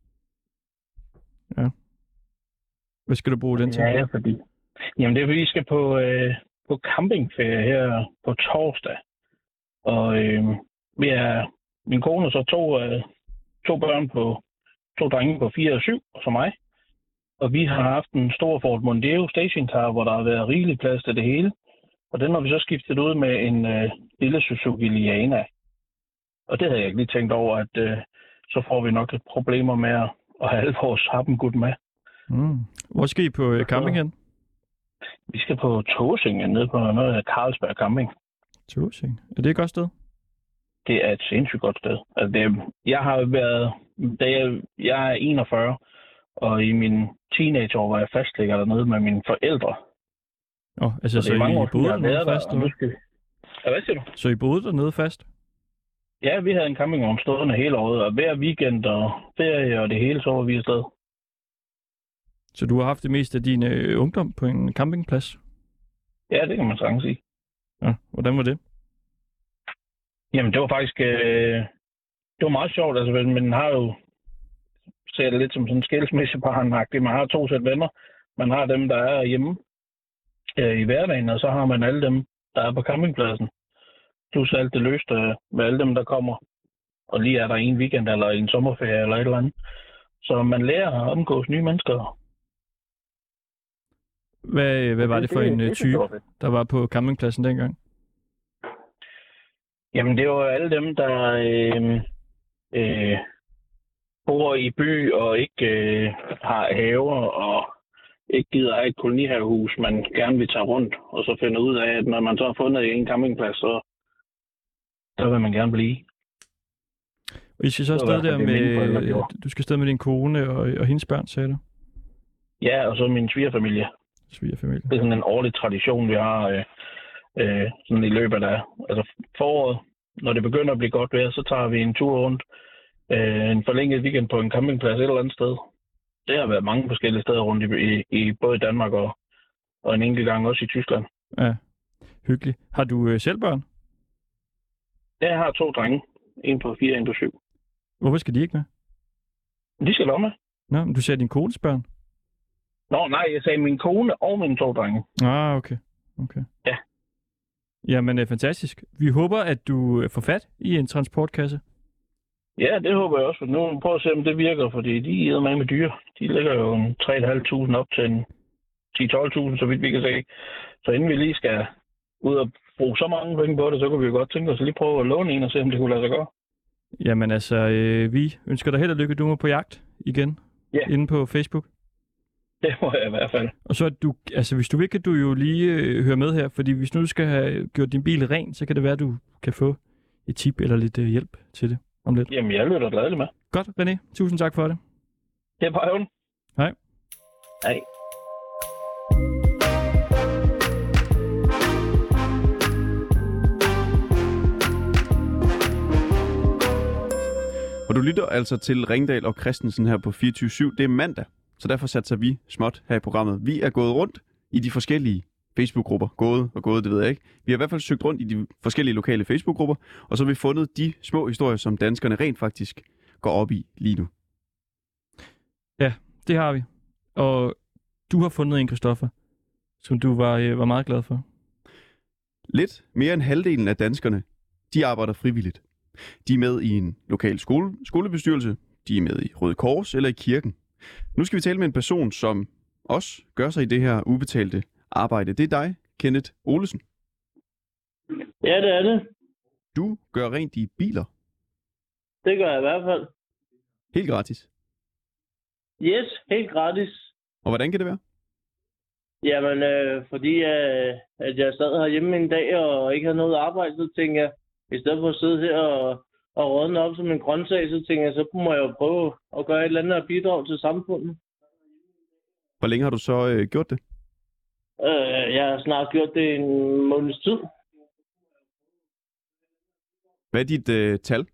[SPEAKER 1] Ja. Hvad skal du bruge den til?
[SPEAKER 8] Ja, fordi... Jamen det er fordi, vi skal på campingferie her på torsdag. Og vi er min kone og så to børn på 2 drenge på 4 og 7, og så mig. Og vi har haft en stor Ford Mondeo stationcar, hvor der har været rigelig plads til det hele. Og den har vi så skiftet ud med en lille Suzuki Liana. Og det havde jeg ikke lige tænkt over, at så får vi nok lidt problemer med at have alle vores happengud med.
[SPEAKER 1] Hvor skal I på camping hen?
[SPEAKER 8] Vi skal på Tåsinge, nede på noget af Carlsberg Camping.
[SPEAKER 1] Tåsinge? Er det et godt sted?
[SPEAKER 8] Det er et sindssygt godt sted. Altså jeg har været... Jeg er 41, og i min teenageår var jeg fastligger dernede med mine forældre.
[SPEAKER 1] Altså så I boede dernede fast?
[SPEAKER 8] Hvad siger du?
[SPEAKER 1] Så I boede dernede fast?
[SPEAKER 8] Ja, vi havde en campingvogn stående hele året, og hver weekend og ferie og det hele, så var vi afsted.
[SPEAKER 1] Så du har haft det meste af din ungdom på en campingplads?
[SPEAKER 8] Ja, det kan man sagtens sige.
[SPEAKER 1] Ja, hvordan var det?
[SPEAKER 8] Jamen, det var faktisk... det var meget sjovt, altså, men man har jo... Ser det lidt som sådan en skilsmisseparagtigt. Man har 2 sæt venner. Man har dem, der er hjemme i hverdagen, og så har man alle dem, der er på campingpladsen. Plus alt det løste med alle dem, der kommer. Og lige er der en weekend eller en sommerferie eller et eller andet. Så man lærer at omgås nye mennesker.
[SPEAKER 1] Hvad var det for en type, der var på campingpladsen dengang?
[SPEAKER 8] Jamen, det var alle dem, der bor i by og ikke har haver og ikke gider have et kolonihavehus, man gerne vil tage rundt, og så finder ud af, at når man så har fundet en campingplads, så vil man gerne blive.
[SPEAKER 1] Og I skal så afsted der med... Du skal afsted med din kone og hendes børn, sagde du?
[SPEAKER 8] Ja, og så min svigerfamilie.
[SPEAKER 1] Svigerfamilie.
[SPEAKER 8] Det er sådan en årlig tradition, vi har sådan i løbet af foråret. Når det begynder at blive godt vejr, så tager vi en tur rundt. En forlænget weekend på en campingplads et eller andet sted. Det har været mange forskellige steder rundt i både Danmark og en enkelt gang også i Tyskland.
[SPEAKER 1] Ja, hyggeligt. Har du selv børn?
[SPEAKER 8] Jeg har 2 drenge. En på 4, en på 7.
[SPEAKER 1] Hvorfor skal de ikke med?
[SPEAKER 8] De skal med.
[SPEAKER 1] Nå, men du sagde din kones børn?
[SPEAKER 8] Nå, nej, jeg sagde min kone og mine 2 drenge.
[SPEAKER 1] Ah, okay.
[SPEAKER 8] Ja.
[SPEAKER 1] Jamen, fantastisk. Vi håber, at du får fat i en transportkasse.
[SPEAKER 8] Ja, det håber jeg også. For nu prøver at se, om det virker, fordi de er med dyr. De ligger jo 3.500 op til 10-12.000, så vidt vi kan se. Så inden vi lige skal ud og bruge så mange penge på det, så kunne vi jo godt tænke os at lige prøve at låne en og se, om det kunne lade sig gøre.
[SPEAKER 1] Jamen altså, vi ønsker dig held og lykke. Du må på jagt igen inde på Facebook.
[SPEAKER 8] Det må jeg i hvert fald.
[SPEAKER 1] Og så hvis du vil, kan du jo lige høre med her, fordi hvis nu du skal have gjort din bil ren, så kan det være, at du kan få et tip eller lidt hjælp til det om lidt.
[SPEAKER 8] Jamen, jeg lytter glædeligt med.
[SPEAKER 1] Godt, René. Tusind tak for det.
[SPEAKER 8] Det er bare høvn.
[SPEAKER 1] Hej.
[SPEAKER 8] Hej.
[SPEAKER 3] Og du lytter altså til Ringdal og Christensen her på 24/7. Det er mandag, så derfor satser vi småt her i programmet. Vi er gået rundt i de forskellige Facebook-grupper. Gået, det ved jeg ikke. Vi har i hvert fald søgt rundt i de forskellige lokale Facebook-grupper, og så har vi fundet de små historier, som danskerne rent faktisk går op i lige nu.
[SPEAKER 1] Ja, det har vi. Og du har fundet en, Christoffer, som du var meget glad for.
[SPEAKER 3] Lidt mere end halvdelen af danskerne, de arbejder frivilligt. De er med i en lokal skolebestyrelse, de er med i Røde Kors eller i kirken. Nu skal vi tale med en person, som også gør sig i det her ubetalte arbejde. Det er dig, Kenneth Olesen.
[SPEAKER 9] Ja, det er det.
[SPEAKER 3] Du gør rent i biler.
[SPEAKER 9] Det gør jeg i hvert fald.
[SPEAKER 3] Helt gratis.
[SPEAKER 9] Yes, helt gratis.
[SPEAKER 3] Og hvordan kan det være?
[SPEAKER 9] Jamen, fordi at jeg sad herhjemme en dag og ikke havde noget arbejde, så tænkte jeg, i stedet for at sidde her og rådne op som en grøntsag, så tænkte jeg, så må jeg jo prøve at gøre et eller andet bidrag til samfundet.
[SPEAKER 3] Hvor længe har du så gjort det?
[SPEAKER 9] Jeg har snart gjort det en måneds tid.
[SPEAKER 3] Hvad er dit tal?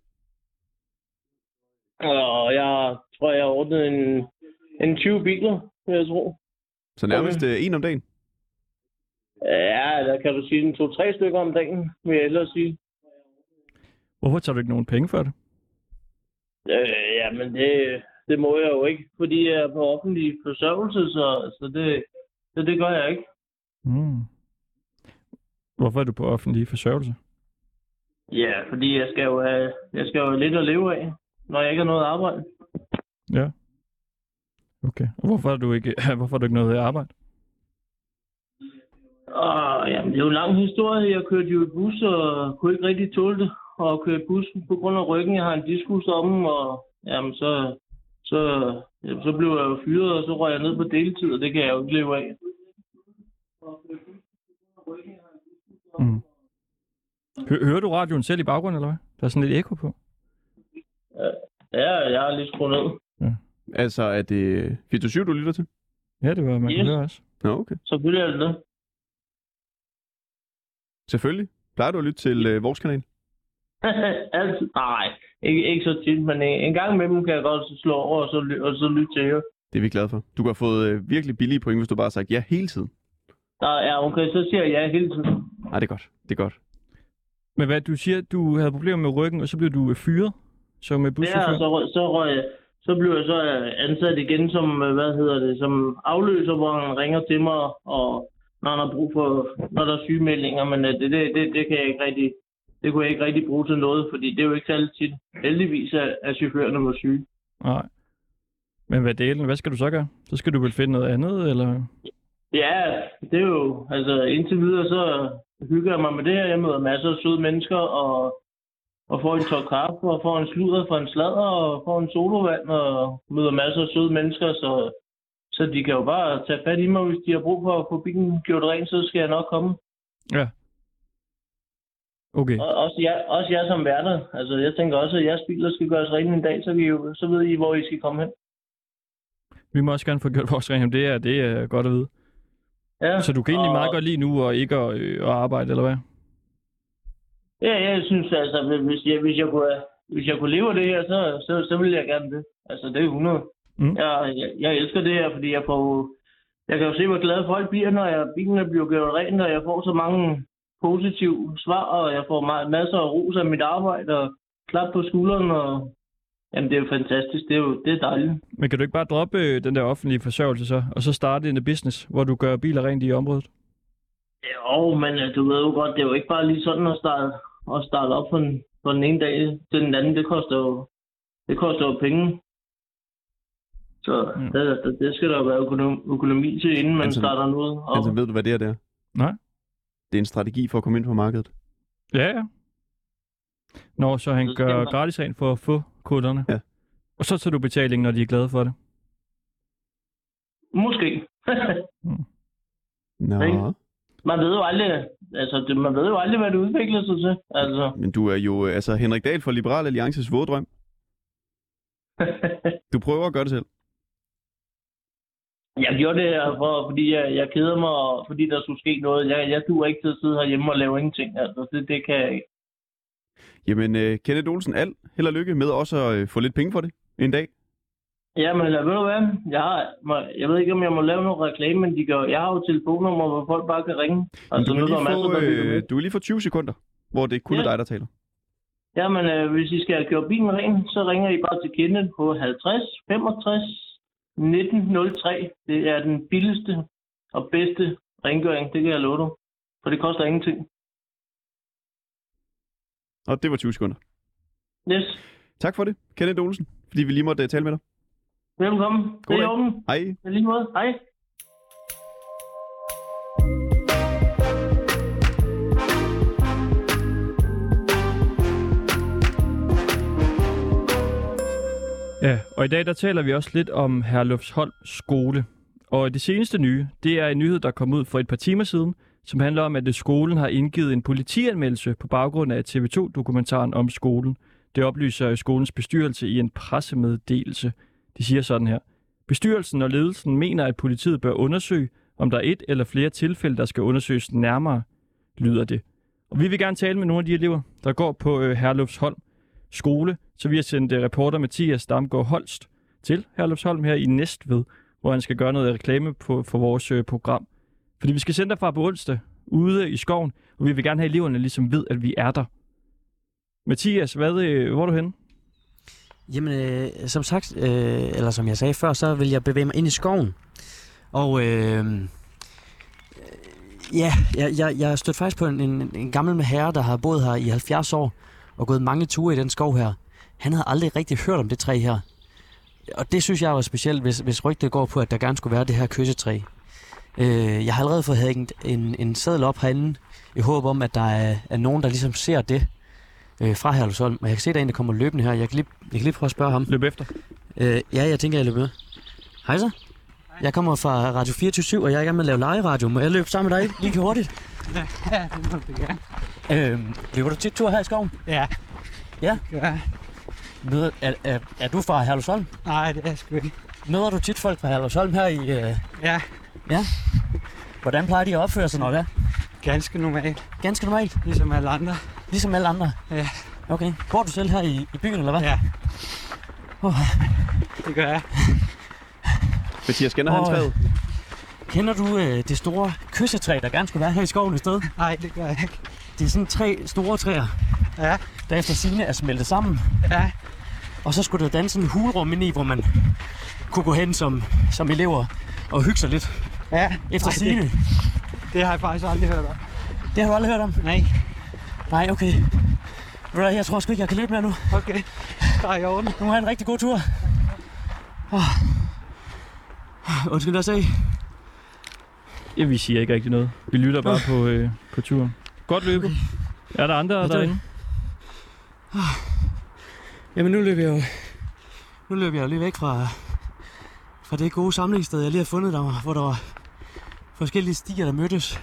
[SPEAKER 9] Og jeg tror, jeg har ordnet en 20 biler, vil jeg tro.
[SPEAKER 3] Så nærmest en om dagen?
[SPEAKER 9] Ja, der kan du sige en 2-3 stykker om dagen, vil jeg ellers sige.
[SPEAKER 1] Hvorfor tager du ikke nogen penge for det?
[SPEAKER 9] Jamen, det må jeg jo ikke, fordi jeg er på offentlig forsørgelse, så det gør jeg ikke.
[SPEAKER 1] Mm. Hvorfor er du på offentlig forsørgelse?
[SPEAKER 9] Ja, fordi jeg skal jo have lidt at leve af, når jeg ikke har noget arbejde.
[SPEAKER 1] Ja. Okay. Og hvorfor har du ikke noget arbejde?
[SPEAKER 9] Jamen, det er jo en lang historie. Jeg kørte jo i bus og kunne ikke rigtig tåle det. Og køre bus på grund af ryggen. Jeg har en diskus om, og jamen, så blev jeg jo fyret, og så røg jeg ned på deltid, og det kan jeg jo ikke leve af.
[SPEAKER 1] Mm. Hører du radioen selv i baggrunden, eller hvad? Der er sådan lidt ekko på.
[SPEAKER 9] Ja, jeg har lige skruet ned.
[SPEAKER 3] Ja. Altså, er det 24/7, du lytter til?
[SPEAKER 1] Ja, det var man kan høre også.
[SPEAKER 3] Nå, okay.
[SPEAKER 9] Selvfølgelig er det det.
[SPEAKER 3] Selvfølgelig. Plejer du at lytte til vores kanal?
[SPEAKER 9] Altid. Nej, ikke så tit, men en gang imellem kan jeg godt slå over og så lytte til jer.
[SPEAKER 3] Det er vi glade for. Du har fået virkelig billige point, hvis du bare har sagt ja hele tiden.
[SPEAKER 9] Ja, okay, så siger jeg ja hele tiden.
[SPEAKER 3] Nej, det er godt. Det er godt.
[SPEAKER 1] Men hvad, du siger, du havde problemer med ryggen, og så blev du fyret som buschauffør?
[SPEAKER 9] Ja, så blev jeg så ansat igen som, som afløser, hvor han ringer til mig, og når han har brug for, når der er sygemeldinger, men det kan jeg ikke rigtig. Det kunne jeg ikke rigtig bruge til noget, fordi det er jo ikke særlig tit. Heldigvis er chaufførerne var syge. Nej.
[SPEAKER 1] Men hvad skal du så gøre? Så skal du vel finde noget andet, eller?
[SPEAKER 9] Ja, det er jo, altså indtil videre, så hygger jeg mig med det her. Jeg møder masser af søde mennesker, og får en tår kaffe, og får en sludder fra en sladder, og får en solovand, og møder masser af søde mennesker, så de kan jo bare tage fat i mig, hvis de har brug for at få bilen gjort rent, så skal jeg nok komme.
[SPEAKER 1] Ja. Okay.
[SPEAKER 9] Også jer som værter. Altså, jeg tænker også, at jeres biler skal gøres rent en dag, så ved I, hvor I skal komme hen.
[SPEAKER 1] Vi må også gerne få gjort vores rent. Det er godt at vide. Ja, så du kan egentlig meget godt lide nu og ikke at arbejde, eller hvad?
[SPEAKER 9] Ja, jeg synes altså, hvis jeg kunne leve af det her, så ville jeg gerne det. Altså, det er 100. Mm. Jeg elsker det her, fordi jeg kan jo se, hvor glade folk bliver, når bilen bliver gjort rent, og jeg får så mange positive svar, og jeg får masser af ros af mit arbejde, og klap på skulderen, og jamen, det er jo fantastisk. Det er dejligt.
[SPEAKER 1] Men kan du ikke bare droppe den der offentlige forsørgelse så, og så starte en business, hvor du gør biler rent i området?
[SPEAKER 9] Jo, men du ved jo godt, det er jo ikke bare lige sådan at starte op fra den ene dag til den anden. Det koster jo penge. Så det skal der være økonomi til, inden man starter noget.
[SPEAKER 3] Altså, ved du, hvad det er der?
[SPEAKER 1] Nej.
[SPEAKER 3] Det er en strategi for at komme ind på markedet.
[SPEAKER 1] Ja. Når så han gør gratis rent for at få kunderne?
[SPEAKER 3] Ja.
[SPEAKER 1] Og så tager du betalingen, når de er glade for det?
[SPEAKER 9] Måske.
[SPEAKER 3] Nå.
[SPEAKER 9] Man ved jo aldrig, hvad det udvikler sig til. Altså.
[SPEAKER 3] Men du er jo Henrik Dahl fra Liberal Alliances våddrøm. Du prøver at gøre det selv.
[SPEAKER 9] Jeg gjorde det fordi jeg keder mig, fordi der skulle ske noget. Jeg duer ikke til at sidde herhjemme og lave ingenting. Altså, det kan jeg ikke.
[SPEAKER 3] Jamen, Kenneth Olsen, held og lykke med også at få lidt penge for det en dag.
[SPEAKER 9] Jamen, ved du hvad? Jeg ved ikke, om jeg må lave noget reklame, men jeg har jo telefonnummer, hvor folk bare kan ringe. Altså,
[SPEAKER 3] du vil lige få 20 sekunder, hvor det kun er dig, der taler.
[SPEAKER 9] Jamen, hvis I skal køre bilen ren, så ringer I bare til Kenneth på 50 65 1903. Det er den billigste og bedste rengøring, det kan jeg love dig. For det koster ingenting.
[SPEAKER 3] Og det var 20 sekunder.
[SPEAKER 9] Yes.
[SPEAKER 3] Tak for det, Kenneth Olsen, fordi vi lige måtte tale med dig.
[SPEAKER 9] Velkommen.
[SPEAKER 3] God dag.
[SPEAKER 9] Hej. På lige måde. Hej.
[SPEAKER 1] Ja, og i dag der taler vi også lidt om Herlufsholm skole. Og det seneste nye, det er en nyhed, der kom ud for et par timer siden, som handler om, at skolen har indgivet en politianmeldelse på baggrund af TV2-dokumentaren om skolen. Det oplyser skolens bestyrelse i en pressemeddelelse. De siger sådan her. Bestyrelsen og ledelsen mener, at politiet bør undersøge, om der er et eller flere tilfælde, der skal undersøges nærmere, lyder det. Og vi vil gerne tale med nogle af de elever, der går på Herlufsholm skole, så vi har sendt reporter Mathias Damgaard Holst til Herlufsholm her i Næstved, hvor han skal gøre noget reklame for vores program. Fordi vi skal sende derfra på onsdag ude i skoven, og vi vil gerne have eleverne ligesom ved, at vi er der. Mathias, hvor er du henne?
[SPEAKER 4] Jamen, som sagt, eller som jeg sagde før, så vil jeg bevæge mig ind i skoven. Og jeg stødte faktisk på en gammel herre, der har boet her i 70 år og gået mange ture i den skov her. Han havde aldrig rigtig hørt om det træ her. Og det synes jeg var specielt, hvis rygtet går på, at der gerne skulle være det her kyssetræ. Jeg har allerede fået hængt en seddel op herinde i håb om, at der er nogen, der ligesom ser det fra Herlufsholm. Og jeg kan se, at der er en, der kommer løbende her. Jeg kan lige prøve at spørge ham.
[SPEAKER 1] Løb efter?
[SPEAKER 4] Ja, jeg tænker, jeg løber med. Hej så. Jeg kommer fra Radio 24/7, og jeg er i gang med at lave legeradio. Må jeg løbe sammen med dig lige hurtigt?
[SPEAKER 10] Ja, det må du gerne.
[SPEAKER 4] Løber du tit tur her i skoven?
[SPEAKER 10] Ja.
[SPEAKER 4] Ja?
[SPEAKER 10] Ja.
[SPEAKER 4] Er du fra Herlufsholm?
[SPEAKER 10] Nej, det er sgu ikke.
[SPEAKER 4] Møder du tit folk fra Herlufsholm her i...
[SPEAKER 10] Ja.
[SPEAKER 4] Ja? Hvordan plejer de at opføre sig, når det er?
[SPEAKER 10] Ganske normalt.
[SPEAKER 4] Ganske normalt?
[SPEAKER 10] Ligesom alle andre.
[SPEAKER 4] Ligesom alle andre?
[SPEAKER 10] Ja.
[SPEAKER 4] Okay. Bor du selv her i byen, eller hvad?
[SPEAKER 10] Ja. Det gør jeg.
[SPEAKER 3] Mathias, kender han træet?
[SPEAKER 4] Kender du det store kyssetræ, der gerne skulle være her i skoven i stedet?
[SPEAKER 10] Nej, det gør jeg ikke.
[SPEAKER 4] Det er sådan 3 store træer, der efter sigende er smeltet sammen.
[SPEAKER 10] Ja.
[SPEAKER 4] Og så skulle der danse en hulrum ind i, hvor man kunne gå hen som elever og hygge sig lidt.
[SPEAKER 10] Ja.
[SPEAKER 4] Efter sigende.
[SPEAKER 10] Det har jeg faktisk aldrig hørt om.
[SPEAKER 4] Det har du aldrig hørt om?
[SPEAKER 10] Nej.
[SPEAKER 4] Nej, okay. Jeg tror sgu ikke, jeg kan løbe mere nu.
[SPEAKER 10] Okay. Der er i orden.
[SPEAKER 4] Nu må have en rigtig god tur. Undskyld, hvad sagde I?
[SPEAKER 1] Ja, vi siger ikke rigtig noget. Vi lytter bare på turen. Godt løbet. Okay. Er der andre derinde?
[SPEAKER 4] Jamen nu løber jeg jo lige væk fra det gode samlingssted, jeg lige har fundet der, hvor der var forskellige stier, der mødtes.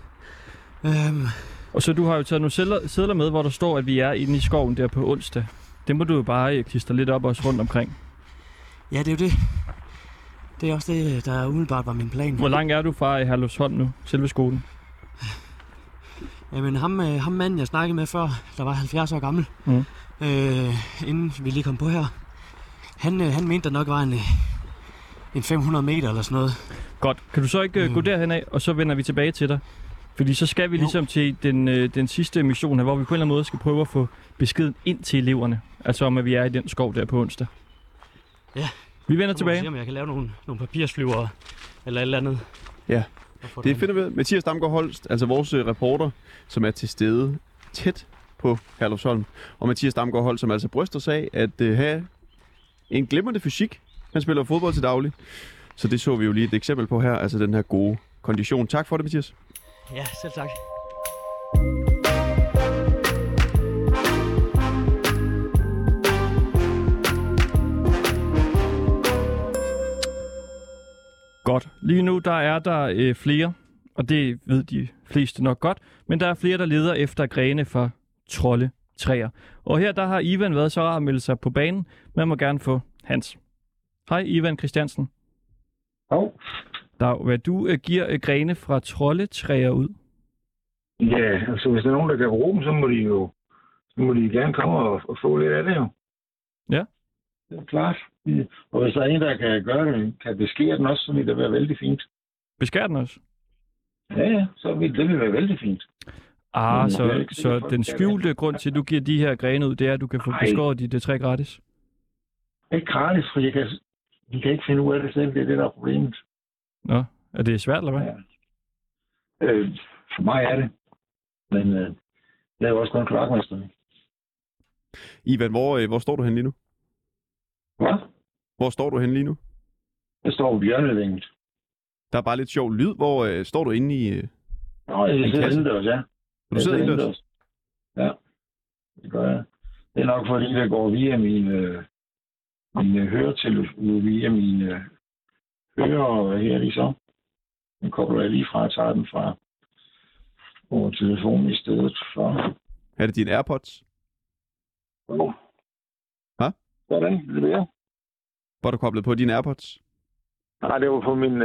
[SPEAKER 1] Og så du har jo taget nogle sedler med, hvor der står, at vi er inde i skoven der på onsdag. Det må du jo bare klistre lidt op også rundt omkring.
[SPEAKER 4] Ja, det er jo det. Det er også det, der umiddelbart var min plan.
[SPEAKER 1] Hvor langt er du fra Herlufsholm nu, selve skolen?
[SPEAKER 4] Jamen ham manden, jeg snakkede med før, der var 70 år gammel, inden vi lige kom på her, han mente, der nok var en 500 meter eller sådan noget.
[SPEAKER 1] Godt. Kan du så ikke gå derhen af, og så vender vi tilbage til dig? Fordi så skal vi ligesom til den sidste mission her, hvor vi på en eller anden måde skal prøve at få beskeden ind til eleverne. Altså om, at vi er i den skov der på onsdag.
[SPEAKER 4] Ja.
[SPEAKER 1] Vi vender tilbage.
[SPEAKER 4] Se, om jeg kan lave nogle papirsflyver eller et eller andet.
[SPEAKER 3] Ja, det finder vi. Mathias Damgaard Holst, altså vores reporter, som er til stede tæt på Herlufsholm. Og Mathias Damgaard Holst, som altså bryster sig af at have en glimrende fysik. Han spiller fodbold til daglig. Så det så vi jo lige et eksempel på her, altså den her gode kondition. Tak for det, Mathias.
[SPEAKER 4] Ja, selv tak.
[SPEAKER 1] Godt. Lige nu der er der flere, og det ved de fleste nok godt, men der er flere, der leder efter grene fra troldetræer. Og her der har Ivan været så rar at melde sig på banen, man må gerne få hans. Hej Ivan Christiansen.
[SPEAKER 11] Dag.
[SPEAKER 1] Hvad du giver grene fra troldetræer ud?
[SPEAKER 11] Ja, altså hvis der er nogen, der kan bruge dem, så må de gerne komme og få lidt af det jo.
[SPEAKER 1] Ja.
[SPEAKER 11] Det er klart. Og hvis der er en, der kan gøre det, kan beskære den også, så vil det være vældig fint.
[SPEAKER 1] Beskære den også?
[SPEAKER 11] Ja, så vil det være vældig fint.
[SPEAKER 1] Så den skjulte grund til, at du giver de her grene ud, det er, at du kan få beskåret de træ gratis?
[SPEAKER 11] Ikke gratis, for de kan ikke finde ud af det selv. Det er det, der er problemet.
[SPEAKER 1] Nå, er det svært, eller hvad?
[SPEAKER 11] Ja. For mig er det. Men jeg er jo også kun kloakmester.
[SPEAKER 3] Ivan, hvor står du hen lige nu?
[SPEAKER 11] Hvad?
[SPEAKER 3] Hvor står du hen lige nu?
[SPEAKER 11] Jeg står på bjørnelænget.
[SPEAKER 3] Der er bare lidt sjov lyd. Hvor står du inde i
[SPEAKER 11] Nå, jeg sidder indendørs, ja.
[SPEAKER 3] Du sidder indendørs?
[SPEAKER 11] Ja, det gør jeg. Det er nok fordi, det går via mine høretelefoner, via mine hører her ligesom. Den kobler jeg lige fra, jeg tager den fra over telefonen i stedet for.
[SPEAKER 3] Er det dine AirPods? Hvad?
[SPEAKER 11] Hvordan? Det er det.
[SPEAKER 3] Var du koblet på dine AirPods?
[SPEAKER 11] Nej, det var på min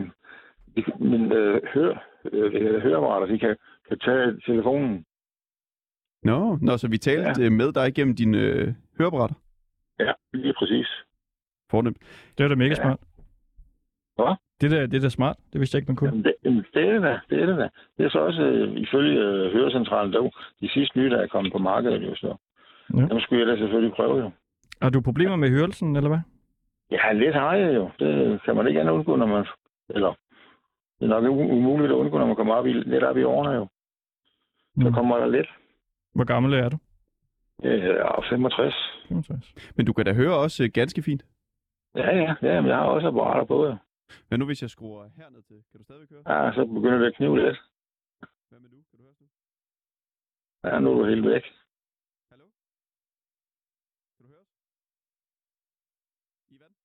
[SPEAKER 11] høreapparater. De kan tage telefonen.
[SPEAKER 3] Nå, så vi talte med dig gennem dine høreapparater?
[SPEAKER 11] Ja, lige præcis.
[SPEAKER 3] Fornemt.
[SPEAKER 1] Det er da mega smart.
[SPEAKER 11] Hvad?
[SPEAKER 1] Det er da smart. Det vidste jeg ikke, man kunne.
[SPEAKER 11] Jamen, det er det da. Det er så også ifølge hørecentralen, de sidste nye, der er kommet på markedet jo så. Ja. Dem skulle jeg da selvfølgelig prøve jo.
[SPEAKER 1] Har du problemer med hørelsen, eller hvad?
[SPEAKER 11] Ja, lidt har jeg jo. Det kan man ikke andet undgå, når man... Eller, det er nok umuligt at undgå, når man kommer lidt op i årene jo. Så kommer der lidt.
[SPEAKER 1] Hvor gammel er du?
[SPEAKER 11] Ja, 65.
[SPEAKER 3] Men du kan da høre også ganske fint.
[SPEAKER 11] Ja, men jeg har også apparater på, ja.
[SPEAKER 3] Hvad nu, hvis jeg skruer herned til? Kan du stadigvæk høre?
[SPEAKER 11] Ja, så begynder det at knive lidt.
[SPEAKER 3] Hvad med nu? Kan du høre nu?
[SPEAKER 11] Ja, nu er du helt væk.
[SPEAKER 3] Hallo? Kan du høre os? Ivan?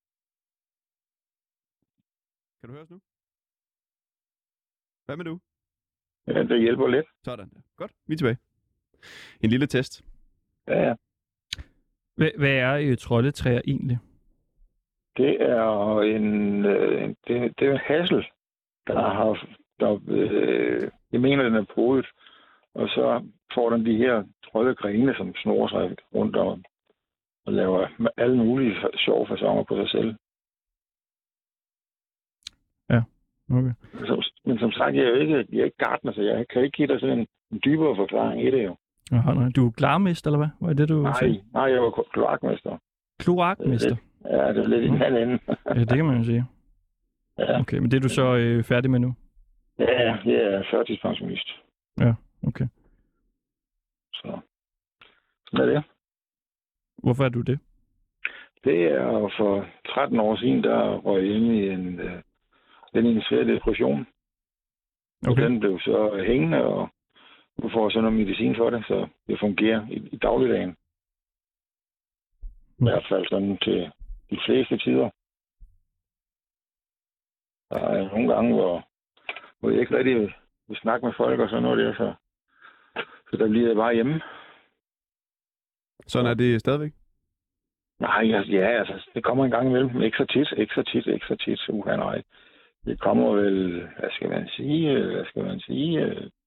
[SPEAKER 3] Kan du høre os nu? Hvad med nu?
[SPEAKER 11] Ja, det hjælper lidt.
[SPEAKER 3] Sådan, ja. Godt, vi er tilbage. En lille test.
[SPEAKER 11] Ja.
[SPEAKER 3] Hvad
[SPEAKER 11] er
[SPEAKER 1] troldetræer egentlig?
[SPEAKER 11] Det er det er hassel, jeg mener, den er podet, og så får den de her troldegrene, som snor sig rundt om og laver alle mulige sjove faconer på sig selv.
[SPEAKER 1] Ja, okay.
[SPEAKER 11] Men som sagt, jeg er ikke gartner, så jeg kan ikke give dig sådan en dybere forklaring i det jo.
[SPEAKER 1] Aha, nej. Du er klarmester, eller hvad? Hvad er det, du siger?
[SPEAKER 11] Nej, jeg var kloakmester.
[SPEAKER 1] Kloakmester?
[SPEAKER 11] Ja, det er lidt i den anden ende.
[SPEAKER 1] Ja, det kan man jo sige.
[SPEAKER 11] Ja.
[SPEAKER 1] Okay, men det er du så færdig med nu?
[SPEAKER 11] Ja, jeg er førtidspensionist.
[SPEAKER 1] Ja, okay.
[SPEAKER 11] Så sådan er det.
[SPEAKER 1] Hvorfor er du det?
[SPEAKER 11] Det er for 13 år siden, der røg jeg ind i en svær depression. Okay. Og den blev så hængende, og nu får jeg så noget medicin for det, så det fungerer i dagligdagen. I hvert fald sådan til de fleste tider. Der er nogle gange, hvor jeg ikke rigtig vil snakke med folk og sådan noget der, så der bliver jeg bare hjemme.
[SPEAKER 3] Sådan er det stadigvæk?
[SPEAKER 11] Nej, altså, det kommer en gang imellem. Ikke så tit. Nej. Det kommer vel, hvad skal man sige?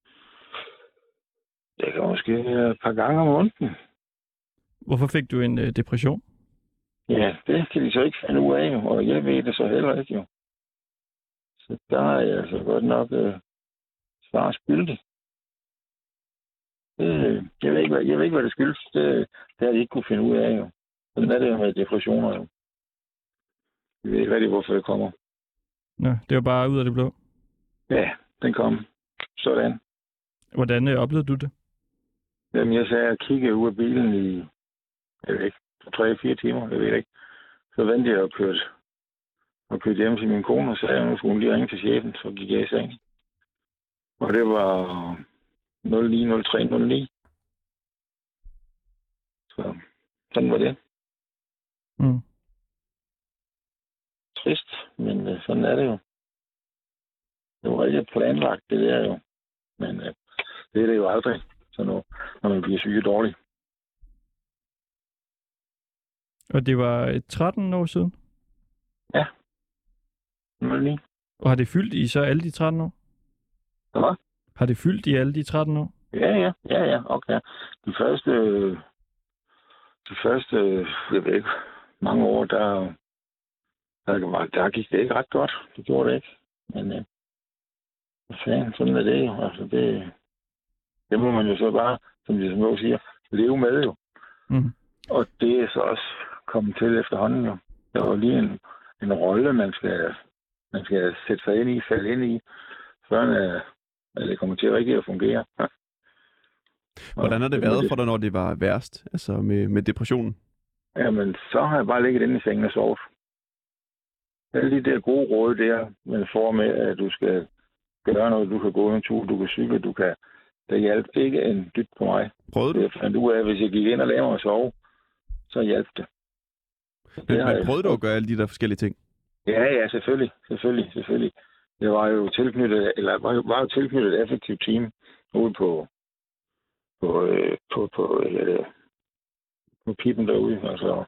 [SPEAKER 11] Det kan måske et par gange om måneden.
[SPEAKER 1] Hvorfor fik du en depression?
[SPEAKER 11] Ja, det kan de så ikke finde ud af, og jeg ved det så heller ikke jo. Så der er jeg altså godt nok svar skyldig. Jeg ved ikke, hvad det skyldes. Det har de ikke kunne finde ud af jo. Sådan er det jo med depressioner jo. Jeg ved ikke rigtig, hvorfor det kommer.
[SPEAKER 1] Nå, det var bare ud af det blå?
[SPEAKER 11] Ja, den kom. Sådan.
[SPEAKER 1] Hvordan oplevede du det?
[SPEAKER 11] Jamen, jeg sagde, at jeg kiggede ud af bilen i, jeg ved ikke, 3-4 timer, jeg ved ikke. Så ventede jeg og kørte hjem til min kone og sagde, at nu skulle hun lige ringe til chefen, så gik jeg i seng. Og det var 09:03:09. Så sådan var det.
[SPEAKER 1] Mm.
[SPEAKER 11] Trist, men sådan er det jo. Det var ikke planlagt, det der jo. Men det er det jo aldrig, så når man bliver syg og dårlig.
[SPEAKER 1] Og det var 13 år siden?
[SPEAKER 11] Ja. 09.
[SPEAKER 1] Og har det fyldt i så alle de 13 år?
[SPEAKER 11] Hvad?
[SPEAKER 1] Har det fyldt i alle de 13 år?
[SPEAKER 11] Ja. Okay. De første, jeg ved ikke, mange år, der gik det ikke ret godt. Det gjorde det ikke. Men sådan er det jo. Altså, det må man jo så bare, som de små siger, leve med jo. Mm. Og det er så også kommet til efterhånden jo. Der var lige en rolle, man skal sætte sig ind i, falde ind i, før det kommer til rigtig at fungere.
[SPEAKER 3] Hvordan har det været for dig, når det var værst, altså med depressionen?
[SPEAKER 11] Jamen, så har jeg bare ligget inde i sengen og sovet. Alle de der gode råd der, man får med, at du skal gøre noget, du kan gå en tur, du kan cykle, der hjalp ikke en dyt på mig.
[SPEAKER 3] Prøvede du?
[SPEAKER 11] Jeg fandt ud af, at hvis jeg gik ind og lavede mig og sove, så hjalp det.
[SPEAKER 3] Men prøvede du at gøre alle de der forskellige ting?
[SPEAKER 11] Ja, selvfølgelig. Jeg var jo tilknyttet et effektivt team ude på pipen derude. Altså.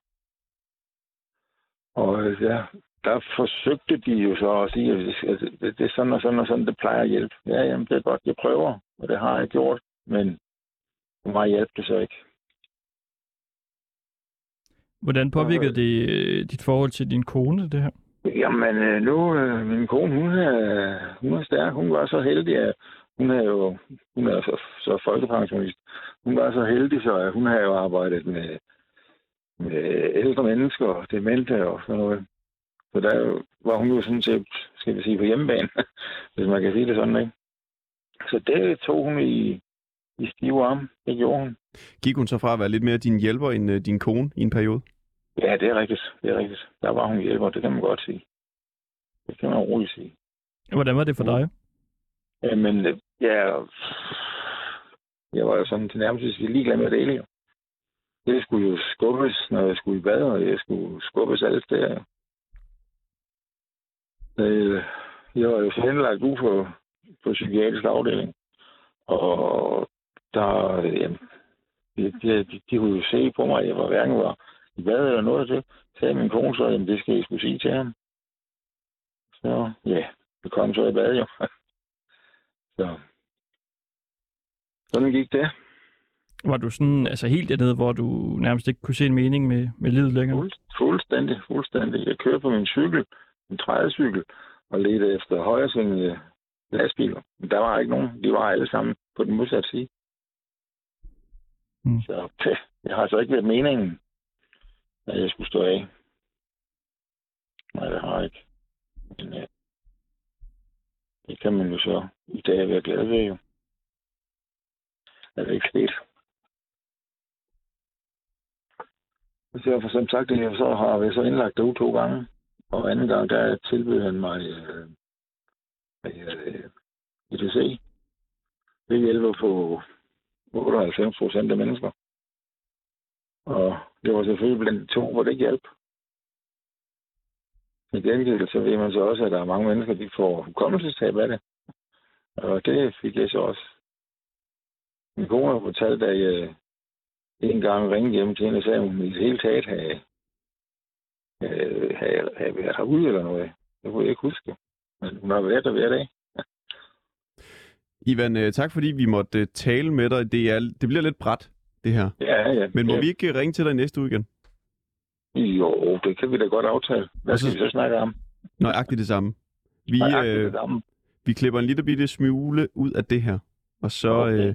[SPEAKER 11] Og ja, der forsøgte de jo så at sige, at det er sådan og sådan og sådan, det plejer at hjælpe. Ja, jamen, det er godt, jeg prøver, og det har jeg gjort, men for mig hjalp det så ikke.
[SPEAKER 1] Hvordan påvirkede det dit forhold til din kone, det her?
[SPEAKER 11] Jamen, min kone, hun er stærk. Hun var så heldig, at hun er så folkepensionist. Hun var så heldig, så hun har jo arbejdet med ældre mennesker og demente og sådan noget. Så der var hun jo sådan set, skal vi sige, på hjemmebane, hvis man kan sige det sådan, ikke? Så det tog hun i stive arme. Det gjorde hun.
[SPEAKER 3] Gik hun så fra at være lidt mere din hjælper end din kone i en periode?
[SPEAKER 11] Ja, det er rigtigt. Der var hun hjælper, det kan man godt sige. Det kan man roligt sige.
[SPEAKER 1] Hvordan var det for dig?
[SPEAKER 11] Men jeg var jo sådan til nærmest ligeglad med det hele. Jo. Det skulle jo skubbes, når jeg skulle i bad, og jeg skulle skubbes alle steder. Jeg var jo så henlagt ude på psykiatrisk afdeling. Og der, de kunne jo se på mig, at jeg hverken var i bad eller noget af det. Så sagde min kone så, at det skal jeg skulle sige til ham. Så ja, det kom så i bad jo. Så sådan gik det.
[SPEAKER 1] Var du sådan helt dernede, hvor du nærmest ikke kunne se en mening med livet længere?
[SPEAKER 11] Fuldstændig. Jeg kørte på min cykel, en trædecykel, og ledte efter højresvingende lastbiler. Men der var ikke nogen. De var alle sammen på den modsatte side. Mm. Så det har altså ikke været meningen, at jeg skulle stå af. Nej, det har ikke. Men det kan man jo så i dag være glad ved, jo. Er det ikke sket? Så for som sagt, så har vi så indlagt det 2 gange. Og anden gang, der tilbød han mig ETC. Det hjælper på 98% af mennesker. Og det var selvfølgelig blandt de 2, hvor det ikke hjalp. I gengæld så ved man så også, at der er mange mennesker, de får hukommelsestab af det. Og det fik jeg så også. Min kone har fortalt, at jeg en gang ringede hjem til hende og sagde, at hun i det hele taget havde været herude eller noget. Det kunne jeg ikke huske. Men hun har været der hver dag.
[SPEAKER 3] Ivan, tak fordi vi måtte tale med dig. Det bliver lidt brat, det her.
[SPEAKER 11] Ja.
[SPEAKER 3] Men må vi ikke ringe til dig næste uge igen?
[SPEAKER 11] Jo, det kan vi da godt aftale. Hvad skal vi så snakke om?
[SPEAKER 3] Nøjagtigt det samme. Vi klipper en lille bitte smule ud af det her. Og så, okay.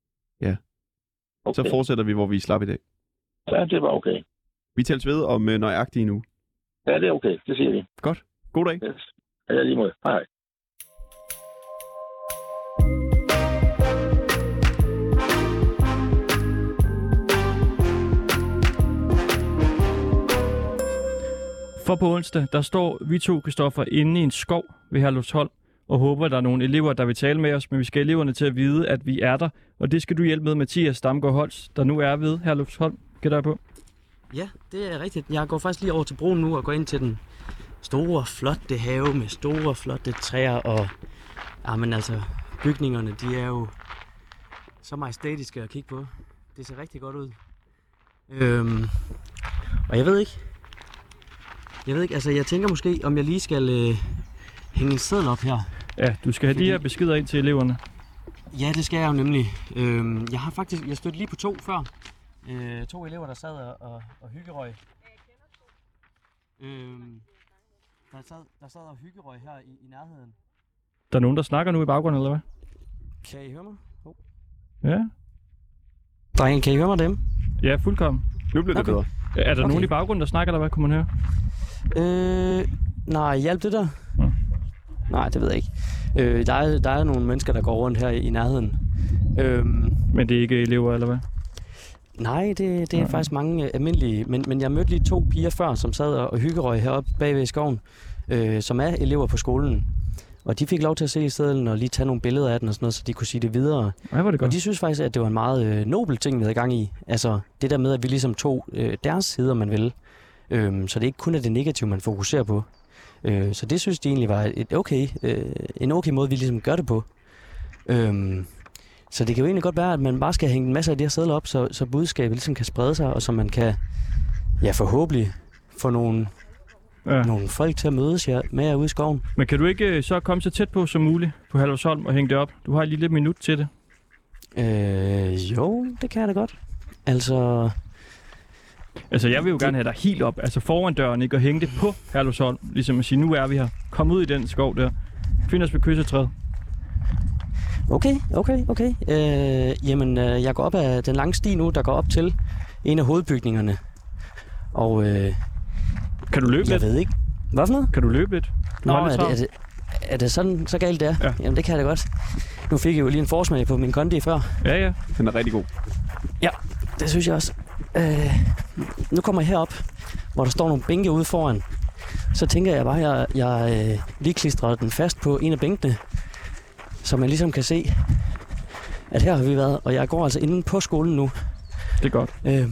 [SPEAKER 3] Så fortsætter vi, hvor vi slap i dag.
[SPEAKER 11] Ja, det var okay.
[SPEAKER 3] Vi tales ved om nøjagtigt nu.
[SPEAKER 11] Ja, det er okay. Det siger vi.
[SPEAKER 3] Godt. God dag.
[SPEAKER 11] Yes. Ja, lige måde. Hej.
[SPEAKER 1] For på onsdag, der står vi 2, Christoffer, inde i en skov ved Herlufsholm og håber, at der er nogle elever, der vil tale med os, men vi skal eleverne til at vide, at vi er der. Og det skal du hjælpe med, Mathias Damgaard Holst, der nu er ved Herlufsholm. Gætter jeg på?
[SPEAKER 4] Ja, det er rigtigt. Jeg går faktisk lige over til broen nu og går ind til den store, flotte have med store, flotte træer og Ja, men altså, bygningerne, de er jo så majestætiske at kigge på. Det ser rigtig godt ud. Og jeg ved ikke, altså jeg tænker måske, om jeg lige skal hænge en seddel op her.
[SPEAKER 1] Ja, du skal have de her beskeder ind til eleverne.
[SPEAKER 4] Ja, det skal jeg jo nemlig. Jeg stødte lige på 2 før. 2 elever, der sad og hyggerøg. Der sad og hyggerøg her i nærheden.
[SPEAKER 1] Der er nogen, der snakker nu i baggrunden, eller hvad?
[SPEAKER 4] Kan I høre mig?
[SPEAKER 1] Ja.
[SPEAKER 4] Drenge, kan I høre mig dem?
[SPEAKER 1] Ja, fuldkommen.
[SPEAKER 3] Nu bliver det bedre.
[SPEAKER 1] Er der nogen i baggrunden, der snakker, eller hvad kunne man høre?
[SPEAKER 4] Nej, hjælp det der? Nej, det ved jeg ikke. Der er nogle mennesker, der går rundt her i nærheden.
[SPEAKER 1] Men det er ikke elever, eller hvad?
[SPEAKER 4] Nej, det er faktisk mange almindelige. Men jeg mødte lige 2 piger før, som sad og hyggerøg heroppe bagved i skoven, som er elever på skolen. Og de fik lov til at se i sedlen og lige tage nogle billeder af den og sådan noget, så de kunne sige det videre.
[SPEAKER 1] Ej, var det godt.
[SPEAKER 4] Og de synes faktisk, at det var en meget nobel ting, vi havde gang i. Altså det der med, at vi ligesom tog deres sider, man vil. Så det ikke kun er det negative, man fokuserer på. Så det synes de egentlig var en okay måde, vi ligesom gør det på. Så det kan jo egentlig godt være, at man bare skal hænge en masse af de her sedler op, så budskabet ligesom kan sprede sig, og så man kan forhåbentlig få nogle folk til at mødes med jer ude i skoven.
[SPEAKER 1] Men kan du ikke så komme så tæt på som muligt på Herlufsholm og hænge det op? Du har lige lidt minut til det.
[SPEAKER 4] Jo, det kan jeg da godt. Altså,
[SPEAKER 1] jeg vil jo gerne have dig helt op, altså foran døren, ikke? Og hænge det på Herlufsholm. Ligesom at sige, nu er vi her. Kom ud i den skov der. Find os ved kyssetræet.
[SPEAKER 4] Okay. Jeg går op ad den lange sti nu, der går op til en af hovedbygningerne. Og
[SPEAKER 1] kan du løbe lidt?
[SPEAKER 4] Jeg ved ikke. Hvad for noget?
[SPEAKER 1] Kan du løbe lidt?
[SPEAKER 4] Er det sådan så galt det er?
[SPEAKER 1] Ja.
[SPEAKER 4] Jamen det kan jeg da godt. Nu fik jeg jo lige en forsmag på min kondi før.
[SPEAKER 1] Ja.
[SPEAKER 3] Den er rigtig god.
[SPEAKER 4] Ja, det synes jeg også. Nu kommer jeg herop, hvor der står nogle bænke ude foran. Så tænker jeg bare, at jeg lige klistrer den fast på en af bænkene, så man ligesom kan se, at her har vi været. Og jeg går altså inde på skolen nu.
[SPEAKER 1] Det er godt.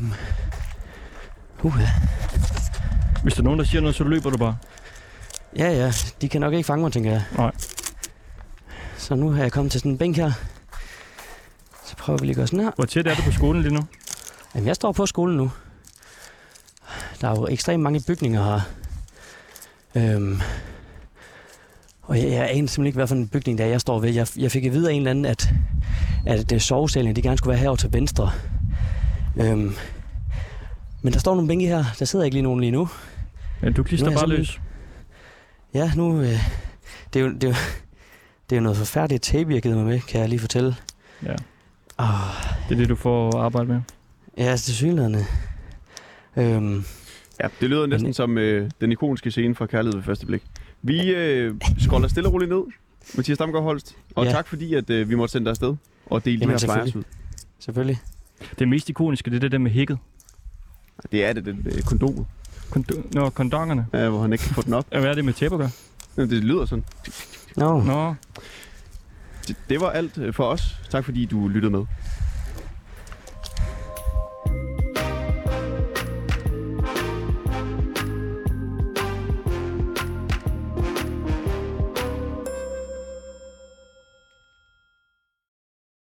[SPEAKER 1] Hvis der er nogen, der siger noget, så løber du bare.
[SPEAKER 4] Ja, de kan nok ikke fange mig, tænker jeg.
[SPEAKER 1] Nej.
[SPEAKER 4] Så nu har jeg kommet til sådan en bænk her. Så prøver vi lige at gøre sådan her.
[SPEAKER 1] Hvor tæt er du på skolen lige nu?
[SPEAKER 4] Jamen, jeg står på skolen nu. Der er jo ekstremt mange bygninger her. Og jeg aner simpelthen ikke, hvad for en bygning der jeg står ved. Jeg fik at vide af en eller anden, at sovesalen, de gerne skulle være herovre til venstre. Men der står nogle bænke her. Der sidder ikke lige nogen lige nu.
[SPEAKER 1] Men du klister bare løs.
[SPEAKER 4] Ja, nu... Det er jo noget forfærdeligt tape, jeg givet mig med, kan jeg lige fortælle.
[SPEAKER 1] Ja. Det er det, du får arbejde med?
[SPEAKER 4] Ja, til synligheden.
[SPEAKER 3] Ja, det lyder næsten som den ikoniske scene fra Kærlighed ved første blik. Vi scroller stille og roligt ned, Mathias Damgaard Holst. Og tak fordi, at vi måtte sende dig afsted og dele de her flyers ud.
[SPEAKER 4] Selvfølgelig.
[SPEAKER 1] Det mest ikoniske, det er det der med hækket.
[SPEAKER 3] Det er det kondomet.
[SPEAKER 1] Kondongerne.
[SPEAKER 3] Ja, hvor han ikke kan få den op.
[SPEAKER 1] Hvad er det med tape at gøre?
[SPEAKER 3] Det lyder sådan.
[SPEAKER 4] Nå.
[SPEAKER 3] Det var alt for os. Tak fordi du lyttede med.